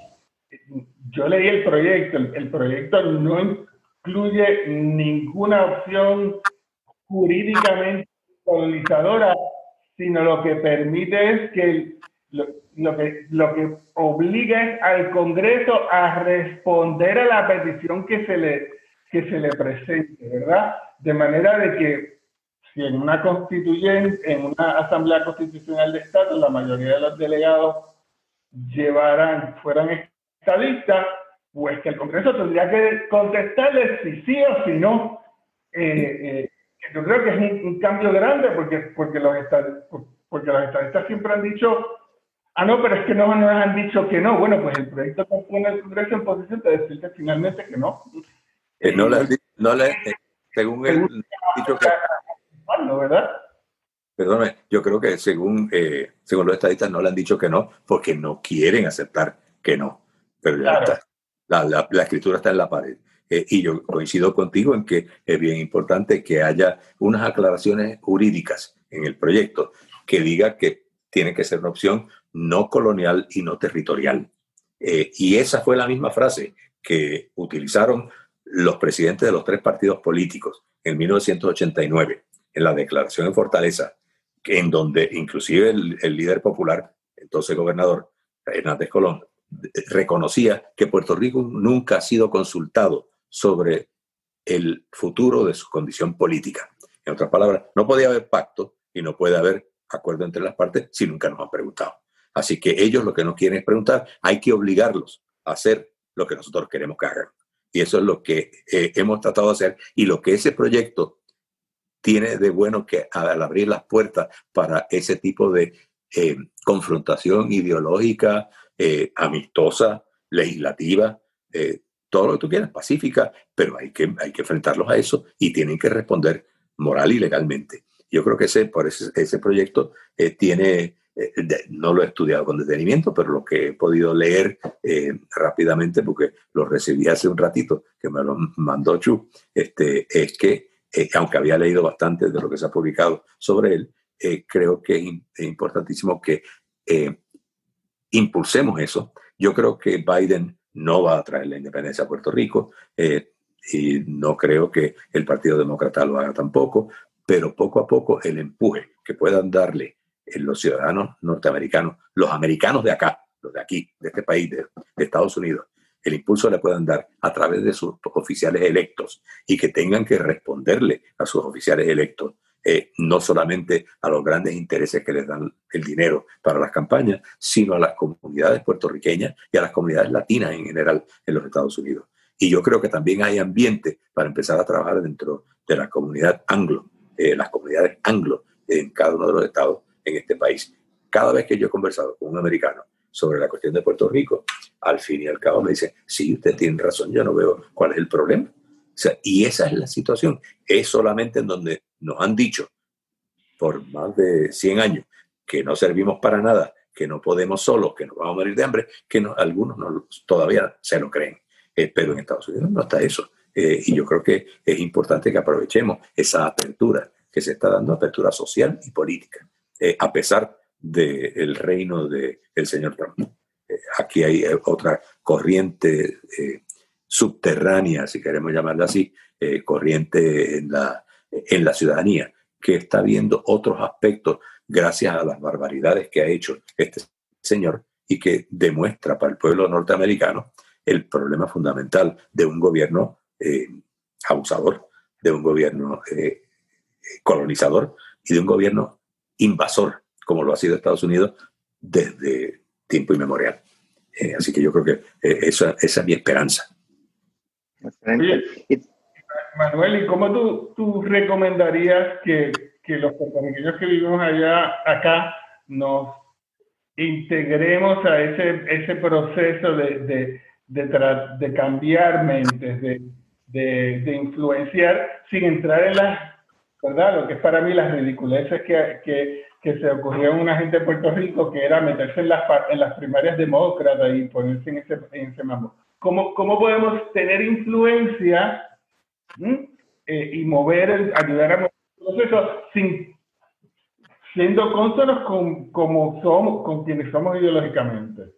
Yo leí el proyecto, el, el proyecto no incluye ninguna opción jurídicamente colonizadora, sino lo que permite es que lo, lo que lo que obliga es al Congreso a responder a la petición que se le que se le presente, ¿verdad? De manera de que si en una constituyente, en una asamblea constitucional de Estado, la mayoría de los delegados llevaran, fueran estadistas, pues que el Congreso tendría que contestarles si sí o si no. Eh, eh, yo creo que es un, un cambio grande porque, porque, los estadistas, porque los estadistas siempre han dicho, ah, no, pero es que no nos han dicho que no. Bueno, pues el proyecto pone el Congreso en posición de decirte finalmente que no. Eh, no le, no le, eh, según él, dicho que... ¿verdad? Perdóname, yo creo que según, eh, según los estadistas no le han dicho que no porque no quieren aceptar que no. Pero ya Claro. está. La, la, la escritura está en la pared. Eh, y yo coincido contigo en que es bien importante que haya unas aclaraciones jurídicas en el proyecto que diga que tiene que ser una opción no colonial y no territorial. Eh, y esa fue la misma frase que utilizaron los presidentes de los tres partidos políticos en mil novecientos ochenta y nueve, en la declaración de Fortaleza, que en donde inclusive el, el líder popular, entonces gobernador Hernández Colón, reconocía que Puerto Rico nunca ha sido consultado sobre el futuro de su condición política. En otras palabras, no podía haber pacto y no puede haber acuerdo entre las partes si nunca nos han preguntado. Así que ellos lo que nos quieren es preguntar, hay que obligarlos a hacer lo que nosotros queremos que hagan. Y eso es lo que eh, hemos tratado de hacer y lo que ese proyecto tiene de bueno, que al abrir las puertas para ese tipo de eh, confrontación ideológica, eh, amistosa, legislativa, eh, todo lo que tú quieras, pacífica, pero hay que, hay que enfrentarlos a eso y tienen que responder moral y legalmente. Yo creo que ese, por ese, ese proyecto eh, tiene, eh, de, no lo he estudiado con detenimiento, pero lo que he podido leer eh, rápidamente, porque lo recibí hace un ratito, que me lo mandó Chu, este, es que, eh, aunque había leído bastante de lo que se ha publicado sobre él, eh, creo que es, in, es importantísimo que eh, impulsemos eso. Yo creo que Biden no va a traer la independencia a Puerto Rico, eh, y no creo que el Partido Demócrata lo haga tampoco, pero poco a poco el empuje que puedan darle los ciudadanos norteamericanos, los americanos de acá, los de aquí, de este país, de, de Estados Unidos, el impulso le puedan dar a través de sus oficiales electos y que tengan que responderle a sus oficiales electos, eh, no solamente a los grandes intereses que les dan el dinero para las campañas, sino a las comunidades puertorriqueñas y a las comunidades latinas en general en los Estados Unidos. Y yo creo que también hay ambiente para empezar a trabajar dentro de la comunidad anglo, eh, las comunidades anglo en cada uno de los estados en este país. Cada vez que yo he conversado con un americano sobre la cuestión de Puerto Rico, al fin y al cabo me dicen, sí, usted tiene razón, yo no veo cuál es el problema. O sea, y esa es la situación. Es solamente en donde nos han dicho por más de cien años que no servimos para nada, que no podemos solos, que nos vamos a morir de hambre, que no, algunos no, todavía se lo creen. Eh, pero en Estados Unidos no está eso. Eh, y yo creo que es importante que aprovechemos esa apertura que se está dando, apertura social y política, eh, a pesar del reino del señor Trump. Eh, aquí hay eh, otra corriente eh, subterránea, si queremos llamarla así, eh, corriente en la, en la ciudadanía, que está viendo otros aspectos gracias a las barbaridades que ha hecho este señor y que demuestra para el pueblo norteamericano el problema fundamental de un gobierno eh, abusador, de un gobierno eh, colonizador y de un gobierno invasor, como lo ha sido Estados Unidos desde tiempo inmemorial. Eh, así que yo creo que eh, esa, esa es mi esperanza. Oye, Manuel, ¿y cómo tú, tú recomendarías que, que los puertorriqueños que vivimos allá, acá, nos integremos a ese, ese proceso de, de, de, tra, de cambiar mentes, de, de, de influenciar, sin entrar en las, ¿verdad? Lo que es para mí las ridiculeces que, que, que se ocurrió en una gente de Puerto Rico, que era meterse en las, en las primarias demócratas y ponerse en ese, en ese mambo. ¿Cómo, ¿Cómo podemos tener influencia eh, y mover, el, ayudar a mover el proceso sin, siendo cónsonos con, como somos, con quienes somos ideológicamente?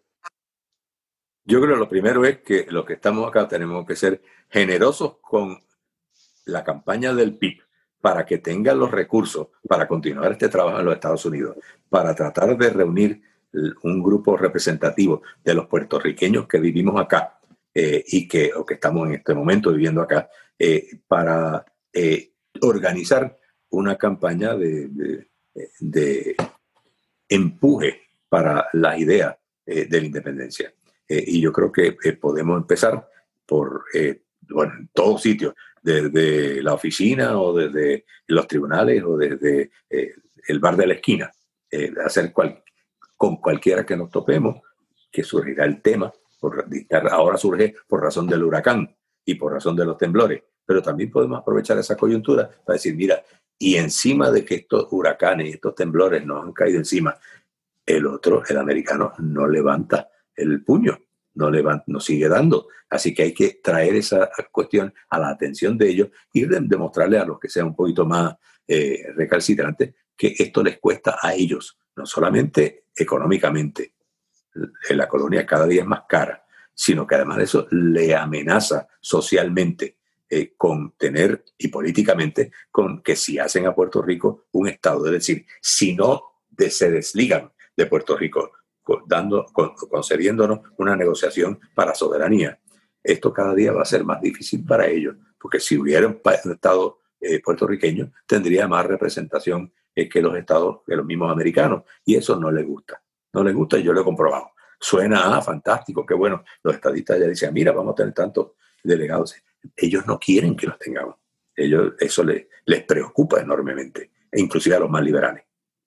Yo creo que lo primero es que los que estamos acá tenemos que ser generosos con la campaña del P I B para que tengan los recursos para continuar este trabajo en los Estados Unidos, para tratar de reunir un grupo representativo de los puertorriqueños que vivimos acá eh, y que, o que estamos en este momento viviendo acá, eh, para eh, organizar una campaña de, de, de empuje para las ideas eh, de la independencia. Eh, y yo creo que eh, podemos empezar por, eh, bueno, en todos sitios, desde la oficina o desde los tribunales o desde eh, el bar de la esquina, eh, hacer cual, con cualquiera que nos topemos, que surgirá el tema. Por, ahora surge por razón del huracán y por razón de los temblores, pero también podemos aprovechar esa coyuntura para decir, mira, y encima de que estos huracanes y estos temblores nos han caído encima, el otro, el americano, no levanta el puño, no, levanta, no sigue dando. Así que hay que traer esa cuestión a la atención de ellos y de, demostrarle a los que sean un poquito más eh, recalcitrantes que esto les cuesta a ellos, no solamente económicamente, la colonia cada día es más cara, sino que además de eso le amenaza socialmente. eh, con tener, y políticamente, con que si hacen a Puerto Rico un Estado, es decir, si no de, se desligan de Puerto Rico, dando, con, concediéndonos una negociación para soberanía, esto cada día va a ser más difícil para ellos, porque si hubiera un, un Estado eh, puertorriqueño, tendría más representación eh, que los Estados, que los mismos americanos, y eso no les gusta, no les gusta y yo lo he comprobado. Suena ah, fantástico, qué bueno, los estadistas ya dicen, mira, vamos a tener tantos delegados. Ellos no quieren que los tengamos, ellos, eso les, les preocupa enormemente, e inclusive a los más liberales.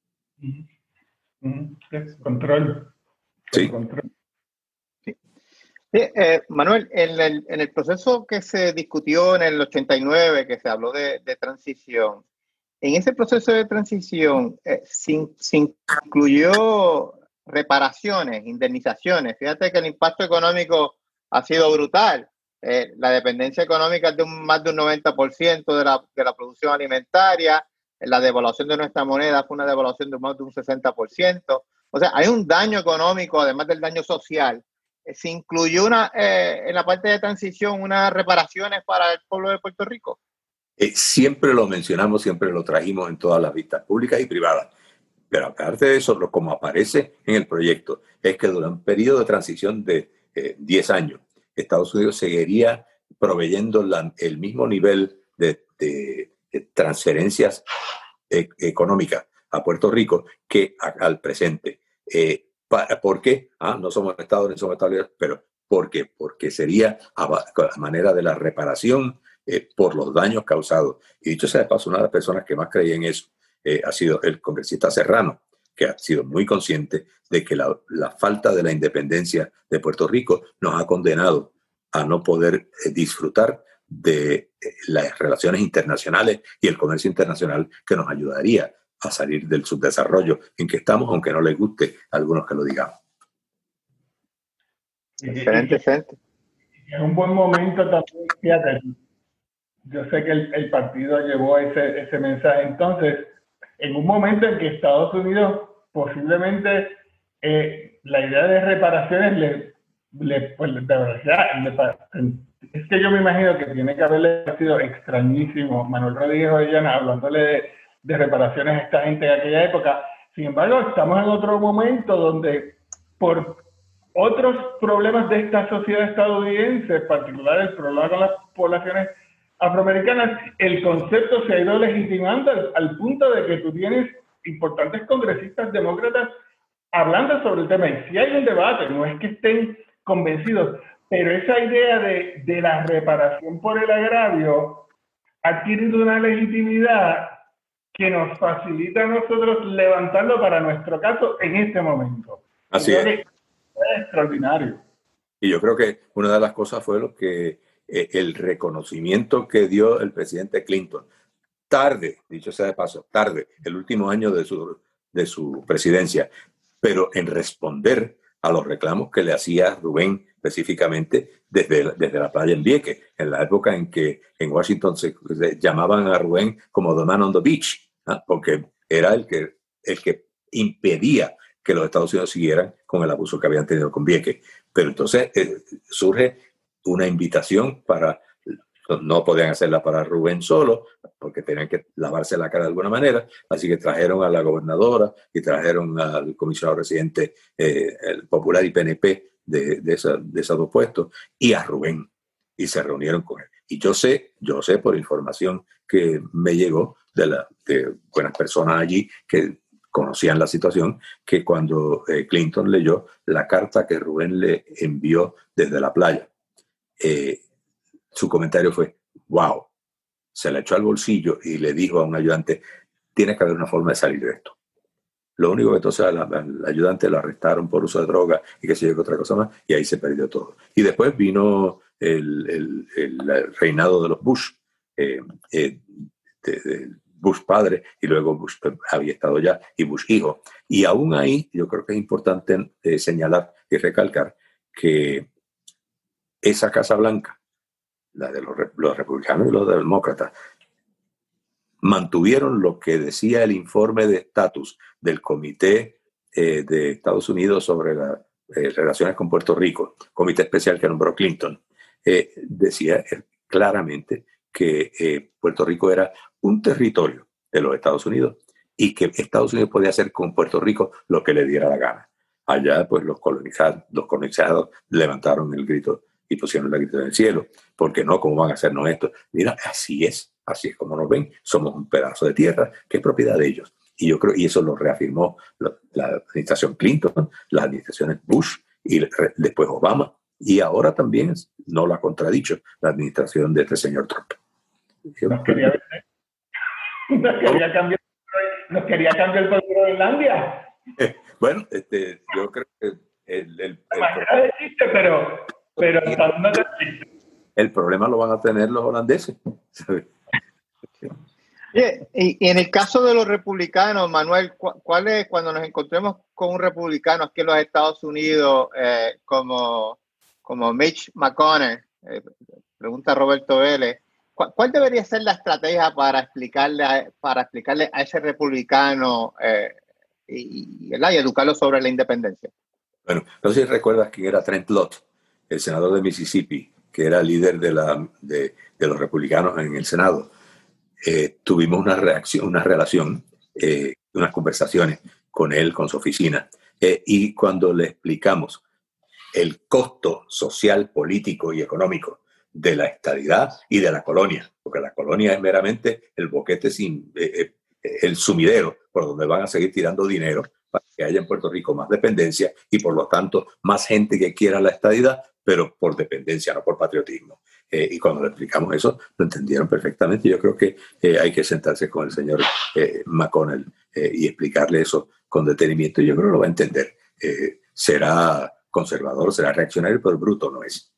Control. Sí. Control. Sí. Sí, eh, Manuel, en el, en el proceso que se discutió en el ochenta y nueve, que se habló de, de transición, en ese proceso de transición eh, se, se incluyó reparaciones, indemnizaciones. Fíjate que el impacto económico ha sido brutal. Eh, la dependencia económica es de un, más de un noventa por ciento de la, de la producción alimentaria. La devaluación de nuestra moneda fue una devaluación de más de un sesenta por ciento. O sea, hay un daño económico, además del daño social. Eh, se incluyó una, eh, en la parte de transición unas reparaciones para el pueblo de Puerto Rico. Eh, siempre lo mencionamos, siempre lo trajimos en todas las vistas públicas y privadas. Pero aparte de eso, lo, como aparece en el proyecto, es que durante un periodo de transición de eh, diez años, Estados Unidos seguiría proveyendo la, el mismo nivel de, de, de transferencias e, económicas a Puerto Rico que a, al presente. Eh, para, ¿Por qué? Ah, no somos Estados, ni somos Estados Unidos, pero ¿por qué? Porque sería a, a manera de la reparación eh, por los daños causados. Y dicho sea de paso, una de las personas que más creía en eso eh, ha sido el congresista Serrano, que ha sido muy consciente de que la, la falta de la independencia de Puerto Rico nos ha condenado a no poder eh, disfrutar de eh, las relaciones internacionales y el comercio internacional que nos ayudaría a salir del subdesarrollo en que estamos, aunque no les guste a algunos que lo digamos. Excelente, excelente. Es un buen momento también, fíjate, yo sé que el, el partido llevó ese, ese mensaje, entonces, en un momento en que Estados Unidos posiblemente eh, la idea de reparaciones le, le pues de verdad, le, es que yo me imagino que tiene que haberle sido extrañísimo Manuel Rodríguez Orellana hablándole de, de reparaciones a esta gente en aquella época. Sin embargo, estamos en otro momento donde por otros problemas de esta sociedad estadounidense, en particular el problema con las poblaciones afroamericanas, el concepto se ha ido legitimando al, al punto de que tú tienes importantes congresistas demócratas hablando sobre el tema. Y si hay un debate, no es que estén convencidos, pero esa idea de, de la reparación por el agravio ha adquirido una legitimidad que nos facilita a nosotros levantarlo para nuestro caso en este momento. Así es. Es extraordinario. Y yo creo que una de las cosas fue lo que eh, el reconocimiento que dio el presidente Clinton, tarde, dicho sea de paso, tarde, el último año de su, de su presidencia, pero en responder a los reclamos que le hacía Rubén específicamente desde, desde la playa en Vieques, en la época en que en Washington se, se llamaban a Rubén como The Man on the Beach, ¿ah? Porque era el que, el que impedía que los Estados Unidos siguieran con el abuso que habían tenido con Vieques. Pero entonces eh, surge una invitación para, no podían hacerla para Rubén solo, porque tenían que lavarse la cara de alguna manera, así que trajeron a la gobernadora y trajeron al comisionado residente eh, el popular y P N P de, de, esa, de esos dos puestos, y a Rubén, y se reunieron con él. Y yo sé, yo sé por información que me llegó de, la, de buenas personas allí que conocían la situación, que cuando eh, Clinton leyó la carta que Rubén le envió desde la playa, eh, su comentario fue, wow, se la echó al bolsillo y le dijo a un ayudante, tiene que haber una forma de salir de esto. Lo único que entonces al, al ayudante lo arrestaron por uso de droga y qué sé yo, que otra cosa más, y ahí se perdió todo. Y después vino el, el, el, el reinado de los Bush, eh, eh, de, de Bush padre, y luego Bush había estado ya, y Bush hijo. Y aún ahí yo creo que es importante eh, señalar y recalcar que esa Casa Blanca, la de los, los republicanos y los demócratas, mantuvieron lo que decía el informe de estatus del Comité eh, de Estados Unidos sobre las eh, relaciones con Puerto Rico, comité especial que nombró Clinton, eh, decía claramente que eh, Puerto Rico era un territorio de los Estados Unidos y que Estados Unidos podía hacer con Puerto Rico lo que le diera la gana. Allá, pues, los colonizados, los colonizados levantaron el grito y pusieron el grito en el cielo. ¿Por qué no? ¿Cómo van a hacernos esto? Mira, así es, así es como nos ven. Somos un pedazo de tierra que es propiedad de ellos. Y yo creo, y eso lo reafirmó la, la administración Clinton, las administraciones Bush y re, después Obama. Y ahora también, no lo ha contradicho, la administración de este señor Trump. Nos quería, nos quería cambiar, nos quería cambiar por Groenlandia. Eh, bueno, este, yo creo que el, el, el, el chiste, pero, pero no el problema lo van a tener los holandeses. ¿Sabes? Y, y en el caso de los republicanos, Manuel, ¿cuál es cuando nos encontremos con un republicano aquí en los Estados Unidos eh, como, como Mitch McConnell? Eh, pregunta Roberto Vélez. ¿Cuál, ¿Cuál debería ser la estrategia para explicarle a, para explicarle a ese republicano eh, y, y, y educarlo sobre la independencia? Bueno, no sé si recuerdas quién era Trent Lott, el senador de Mississippi, que era líder de, la, de, de los republicanos en el Senado. Eh, tuvimos una reacción, una relación, eh, unas conversaciones con él, con su oficina, eh, y cuando le explicamos el costo social, político y económico de la estadidad y de la colonia, porque la colonia es meramente el boquete sin, eh, eh, el sumidero por donde van a seguir tirando dinero para que haya en Puerto Rico más dependencia y por lo tanto más gente que quiera la estadidad, pero por dependencia, no por patriotismo. Eh, y cuando le explicamos eso, lo entendieron perfectamente. Yo creo que eh, hay que sentarse con el señor eh, McConnell eh, y explicarle eso con detenimiento. Yo creo que lo va a entender. Eh, será conservador, será reaccionario, pero bruto no es.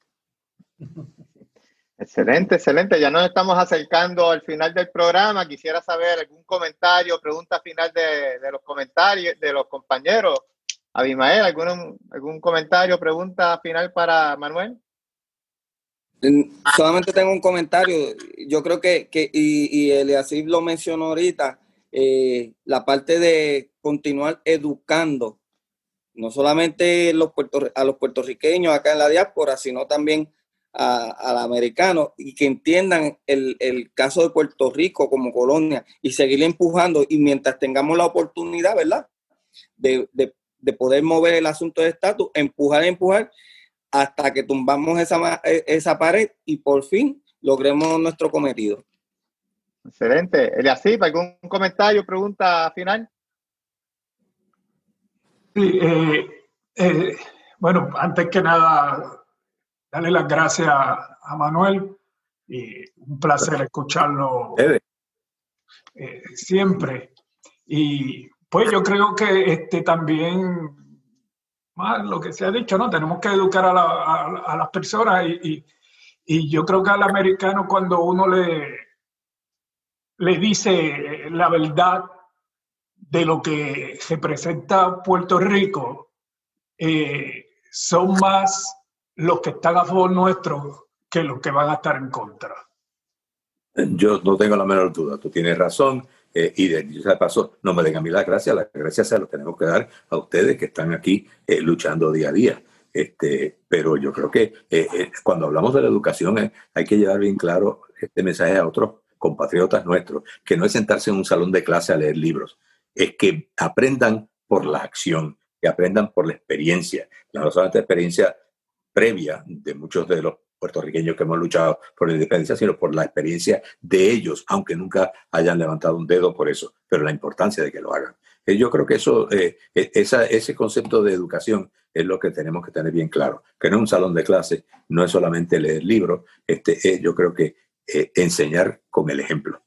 Excelente, excelente. Ya nos estamos acercando al final del programa. Quisiera saber algún comentario, pregunta final de, de los comentarios de los compañeros. Abimael, ¿algún, algún comentario, pregunta final para Manuel? Solamente tengo un comentario. Yo creo que, que y, y Eliasib lo mencionó ahorita, eh, la parte de continuar educando, no solamente los puerto, a los puertorriqueños acá en la diáspora, sino también a, a los americanos, y que entiendan el, el caso de Puerto Rico como colonia y seguir empujando. Y mientras tengamos la oportunidad, ¿verdad?, de, de, de poder mover el asunto de estatus, empujar, empujar, hasta que tumbamos esa, esa pared y por fin logremos nuestro cometido. Excelente. Eliasib, ¿algún comentario, pregunta final? Sí, eh, eh, bueno, antes que nada, darle las gracias a Manuel y un placer escucharlo eh, siempre. Y pues yo creo que este también, más lo que se ha dicho, ¿no? Tenemos que educar a, la, a, a las personas y, y, y yo creo que al americano cuando uno le, le dice la verdad de lo que representa Puerto Rico, eh, son más los que están a favor nuestro que los que van a estar en contra. Yo no tengo la menor duda, tú tienes razón. Eh, y de dicho paso, no me den a mí las gracias, las gracias se las tenemos que dar a ustedes que están aquí eh, luchando día a día. Este, pero yo creo que eh, eh, cuando hablamos de la educación eh, hay que llevar bien claro este mensaje a otros compatriotas nuestros, que no es sentarse en un salón de clase a leer libros, es que aprendan por la acción, que aprendan por la experiencia, no solamente la experiencia previa de muchos de los puertorriqueños que hemos luchado por la independencia, sino por la experiencia de ellos, aunque nunca hayan levantado un dedo por eso, pero la importancia de que lo hagan. Eh, yo creo que eso, eh, esa, ese concepto de educación es lo que tenemos que tener bien claro, que no es un salón de clase, no es solamente leer libros, este, eh, yo creo que eh, enseñar con el ejemplo.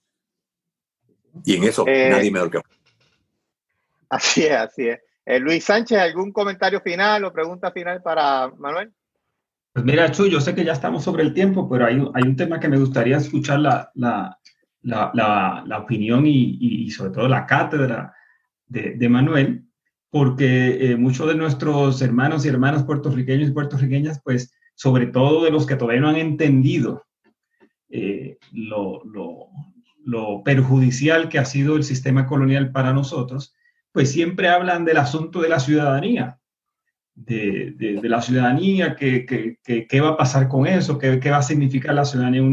Y en eso eh, nadie mejor que... Así es, así es. Eh, Luis Sánchez, ¿algún comentario final o pregunta final para Manuel? Pues mira, Chuy, yo sé que ya estamos sobre el tiempo, pero hay, hay un tema que me gustaría escuchar la, la, la, la, la opinión y, y sobre todo la cátedra de, de Manuel, porque eh, muchos de nuestros hermanos y hermanas puertorriqueños y puertorriqueñas, pues sobre todo de los que todavía no han entendido eh, lo, lo, lo perjudicial que ha sido el sistema colonial para nosotros, pues siempre hablan del asunto de la ciudadanía. De, de, de la ciudadanía, qué que, que, que va a pasar con eso, qué, qué va a significar la ciudadanía en una,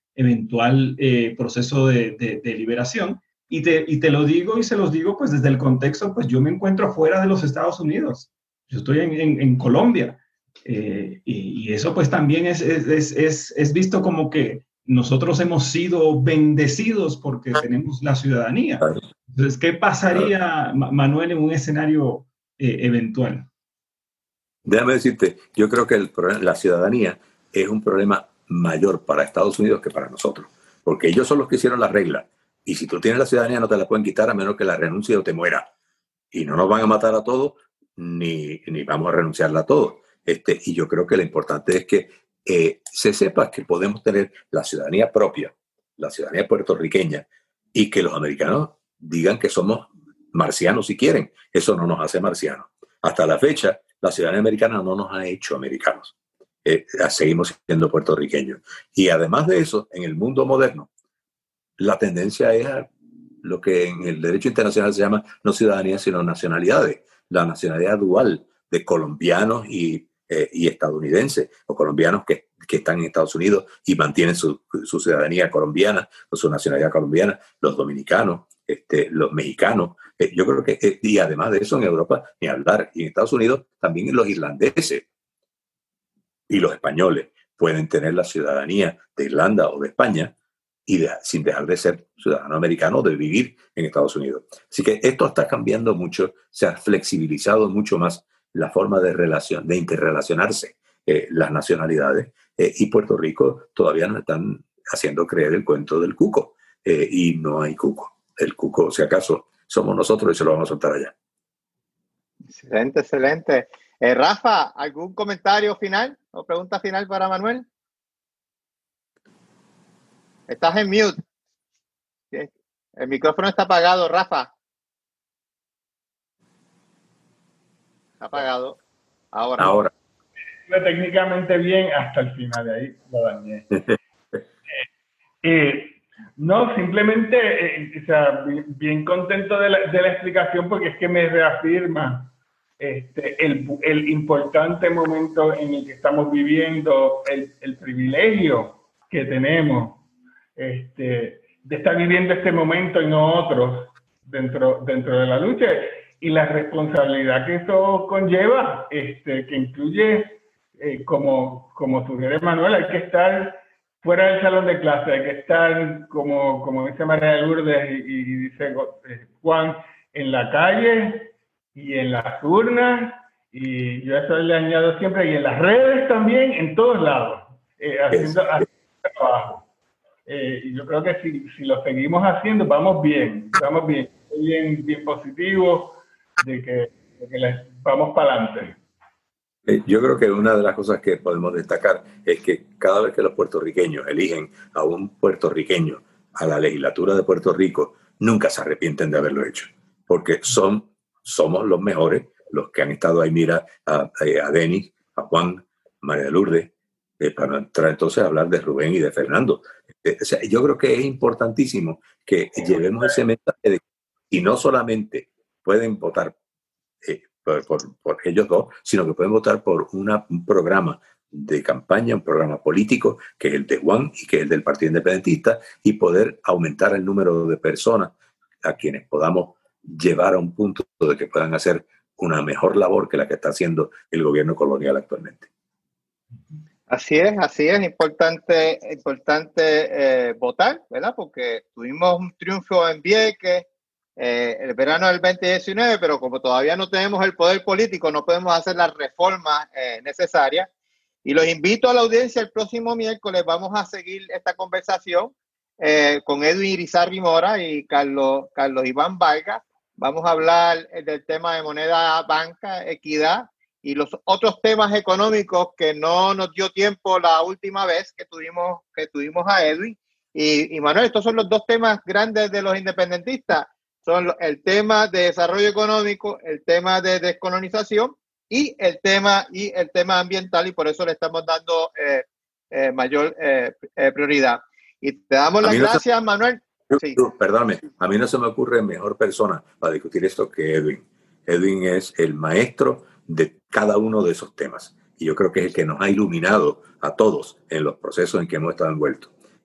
eventual eh, proceso de, de, de liberación. Y te, y te lo digo y se los digo pues desde el contexto, pues yo me encuentro fuera de los Estados Unidos. Yo estoy en, en, en Colombia. Eh, y, y eso pues también es, es, es, es visto como que nosotros hemos sido bendecidos porque tenemos la ciudadanía. Entonces, ¿qué pasaría, Manuel, en un escenario eh, eventual? Déjame decirte, yo creo que el problema, la ciudadanía es un problema mayor para Estados Unidos que para nosotros, porque ellos son los que hicieron la regla. Y si tú tienes la ciudadanía no te la pueden quitar a menos que la renuncie o te muera. Y no nos van a matar a todos, ni, ni vamos a renunciarla a todos. Este, y yo creo que lo importante es que eh, se sepa que podemos tener la ciudadanía propia, la ciudadanía puertorriqueña, y que los americanos digan que somos marcianos si quieren. Eso no nos hace marcianos. Hasta la fecha, la ciudadanía americana no nos ha hecho americanos. Eh, seguimos siendo puertorriqueños. Y además de eso, en el mundo moderno, la tendencia es a lo que en el derecho internacional se llama no ciudadanía, sino nacionalidades. La nacionalidad dual de colombianos y, eh, y estadounidenses, o colombianos que, que están en Estados Unidos y mantienen su, su ciudadanía colombiana o su nacionalidad colombiana, los dominicanos, este, los mexicanos. Eh, yo creo que, eh, y además de eso, en Europa, ni hablar. Y en Estados Unidos también los irlandeses y los españoles pueden tener la ciudadanía de Irlanda o de España y de, sin dejar de ser ciudadano americano, de vivir en Estados Unidos. Así que esto está cambiando mucho, se ha flexibilizado mucho más la forma de relación, de interrelacionarse eh, las nacionalidades, eh, y Puerto Rico todavía nos están haciendo creer el cuento del cuco, eh, y no hay cuco. El cuco, si acaso, somos nosotros y se lo vamos a soltar allá. Excelente, excelente. Eh, Rafa, ¿algún comentario final o pregunta final para Manuel? Estás en mute. El micrófono está apagado, Rafa. Está apagado. Ahora. Ahora. Técnicamente bien hasta el final, de ahí lo dañé. eh, eh, no, simplemente, eh, o sea, bien, bien contento de la, de la explicación porque es que me reafirma este, el, el importante momento en el que estamos viviendo, el, el privilegio que tenemos este, de estar viviendo este momento y no otros dentro, dentro de la lucha, y la responsabilidad que eso conlleva, este, que incluye, eh, como, como sugiere Manuel, hay que estar fuera del salón de clase, hay que estar, como, como dice María de Lourdes y, y dice Juan, en la calle y en las urnas, y yo a eso le añado siempre, y en las redes también, en todos lados, eh, haciendo, haciendo trabajo. Eh, y yo creo que si, si lo seguimos haciendo, vamos bien, vamos bien, bien, bien positivo de que, de que les, vamos para adelante. Yo creo que una de las cosas que podemos destacar es que cada vez que los puertorriqueños eligen a un puertorriqueño a la legislatura de Puerto Rico, nunca se arrepienten de haberlo hecho, porque son, somos los mejores, los que han estado ahí. Mira a, a Denis, a Juan, a María de Lourdes, eh, para entrar entonces a hablar de Rubén y de Fernando. Eh, o sea, yo creo que es importantísimo que llevemos ese mensaje de que, y no solamente pueden votar eh, Por, por, por ellos dos, sino que pueden votar por una, un programa de campaña, un programa político, que es el de Juan y que es el del Partido Independentista, y poder aumentar el número de personas a quienes podamos llevar a un punto de que puedan hacer una mejor labor que la que está haciendo el gobierno colonial actualmente. Así es, así es, importante, importante eh, votar, ¿verdad? Porque tuvimos un triunfo en Vieques, Eh, el verano del veinte diecinueve, pero como todavía no tenemos el poder político, no podemos hacer las reformas eh, necesarias. Y los invito a la audiencia el próximo miércoles. Vamos a seguir esta conversación eh, con Edwin Irizarry Mora y Carlos, Carlos Iván Vargas. Vamos a hablar del tema de moneda, banca, equidad y los otros temas económicos que no nos dio tiempo la última vez que tuvimos, que tuvimos a Edwin. Y, y Manuel, estos son los dos temas grandes de los independentistas. Son el tema de desarrollo económico, el tema de descolonización y el tema y el tema ambiental, y por eso le estamos dando eh, eh, mayor eh, eh, prioridad. Y te damos las no gracias, se, Manuel. Sí. Perdóname, a mí no se me ocurre mejor persona para discutir esto que Edwin. Edwin es el maestro de cada uno de esos temas, y yo creo que es el que nos ha iluminado a todos en los procesos en que hemos estado envueltos.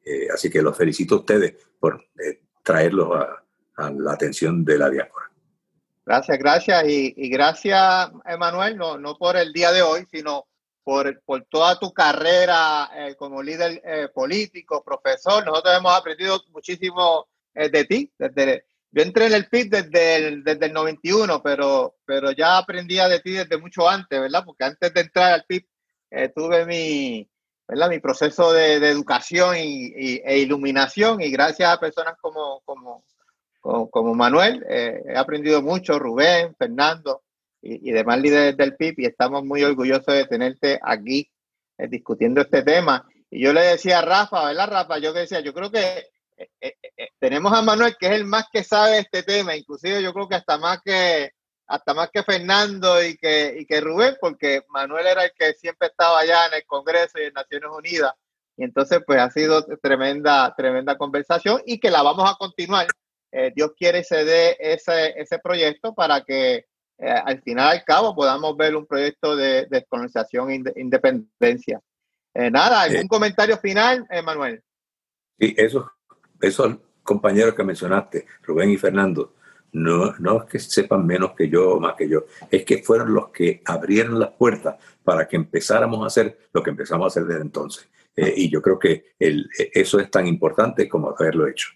Eh, así que los felicito a ustedes por eh, traerlos a, a la atención de la diáspora. Gracias, gracias. Y, y gracias, Emanuel, no, no por el día de hoy, sino por, por toda tu carrera eh, como líder eh, político, profesor. Nosotros hemos aprendido muchísimo eh, de ti. Desde, yo entré en el P I B desde el, desde el noventa y uno, pero, pero ya aprendía de ti desde mucho antes, ¿verdad? Porque antes de entrar al P I B eh, tuve mi, ¿verdad? mi proceso de, de educación y, y, e iluminación, y gracias a personas como, como, como, como Manuel eh, he aprendido mucho, Rubén, Fernando y, y demás líderes del P I B, y estamos muy orgullosos de tenerte aquí eh, discutiendo este tema. Y yo le decía a Rafa, ¿verdad, Rafa? Yo decía, yo creo que eh, eh, eh, tenemos a Manuel, que es el más que sabe de este tema, inclusive yo creo que hasta más que hasta más que Fernando y que, y que Rubén, porque Manuel era el que siempre estaba allá en el Congreso y en Naciones Unidas, y entonces pues ha sido tremenda, tremenda conversación, y que la vamos a continuar. Eh, Dios quiere se dé ese, ese proyecto para que eh, al final al cabo podamos ver un proyecto de descolonización e independencia. Eh, nada, ¿algún eh, comentario final, eh, Manuel? Sí, esos, esos compañeros que mencionaste, Rubén y Fernando, no, no es que sepan menos que yo o más que yo, es que fueron los que abrieron las puertas para que empezáramos a hacer lo que empezamos a hacer desde entonces. Eh, y yo creo que el, eso es tan importante como haberlo hecho.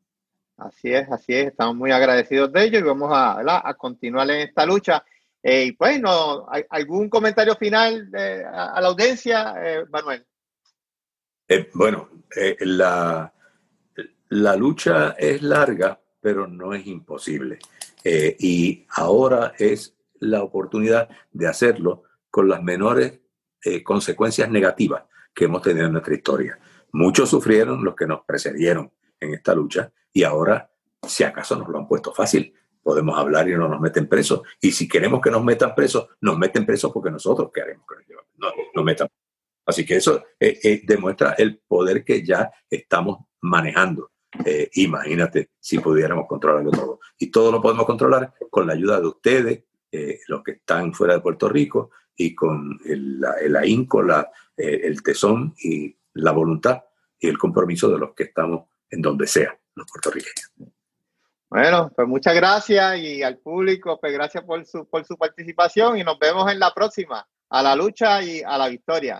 Así es, así es. Estamos muy agradecidos de ello y vamos a, a continuar en esta lucha. Eh, y pues, no, ¿algún comentario final de, a, a la audiencia, eh, Manuel? Eh, bueno, eh, la, la lucha es larga, pero no es imposible. Eh, y ahora es la oportunidad de hacerlo con las menores eh, consecuencias negativas que hemos tenido en nuestra historia. Muchos sufrieron los que nos precedieron en esta lucha, y ahora, si acaso nos lo han puesto fácil, podemos hablar y no nos meten presos. Y si queremos que nos metan presos, nos meten presos porque nosotros queremos que nos, no, nos metan. Así que eso eh, eh, demuestra el poder que ya estamos manejando. Eh, imagínate si pudiéramos controlarlo todo. Y todo lo podemos controlar con la ayuda de ustedes, eh, los que están fuera de Puerto Rico, y con el, la, el ahínco, la, eh, el tesón y la voluntad y el compromiso de los que estamos en donde sea, los puertorriqueños. Bueno, pues muchas gracias, y al público, pues gracias por su, por su participación, y nos vemos en la próxima. A la lucha y a la victoria.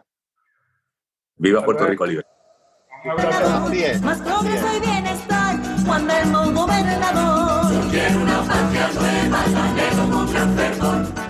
Viva Puerto Rico libre. Así es. Más progreso y bienestar cuando el nuevo gobernador quiere una patria nueva, la llegó con gran fervor.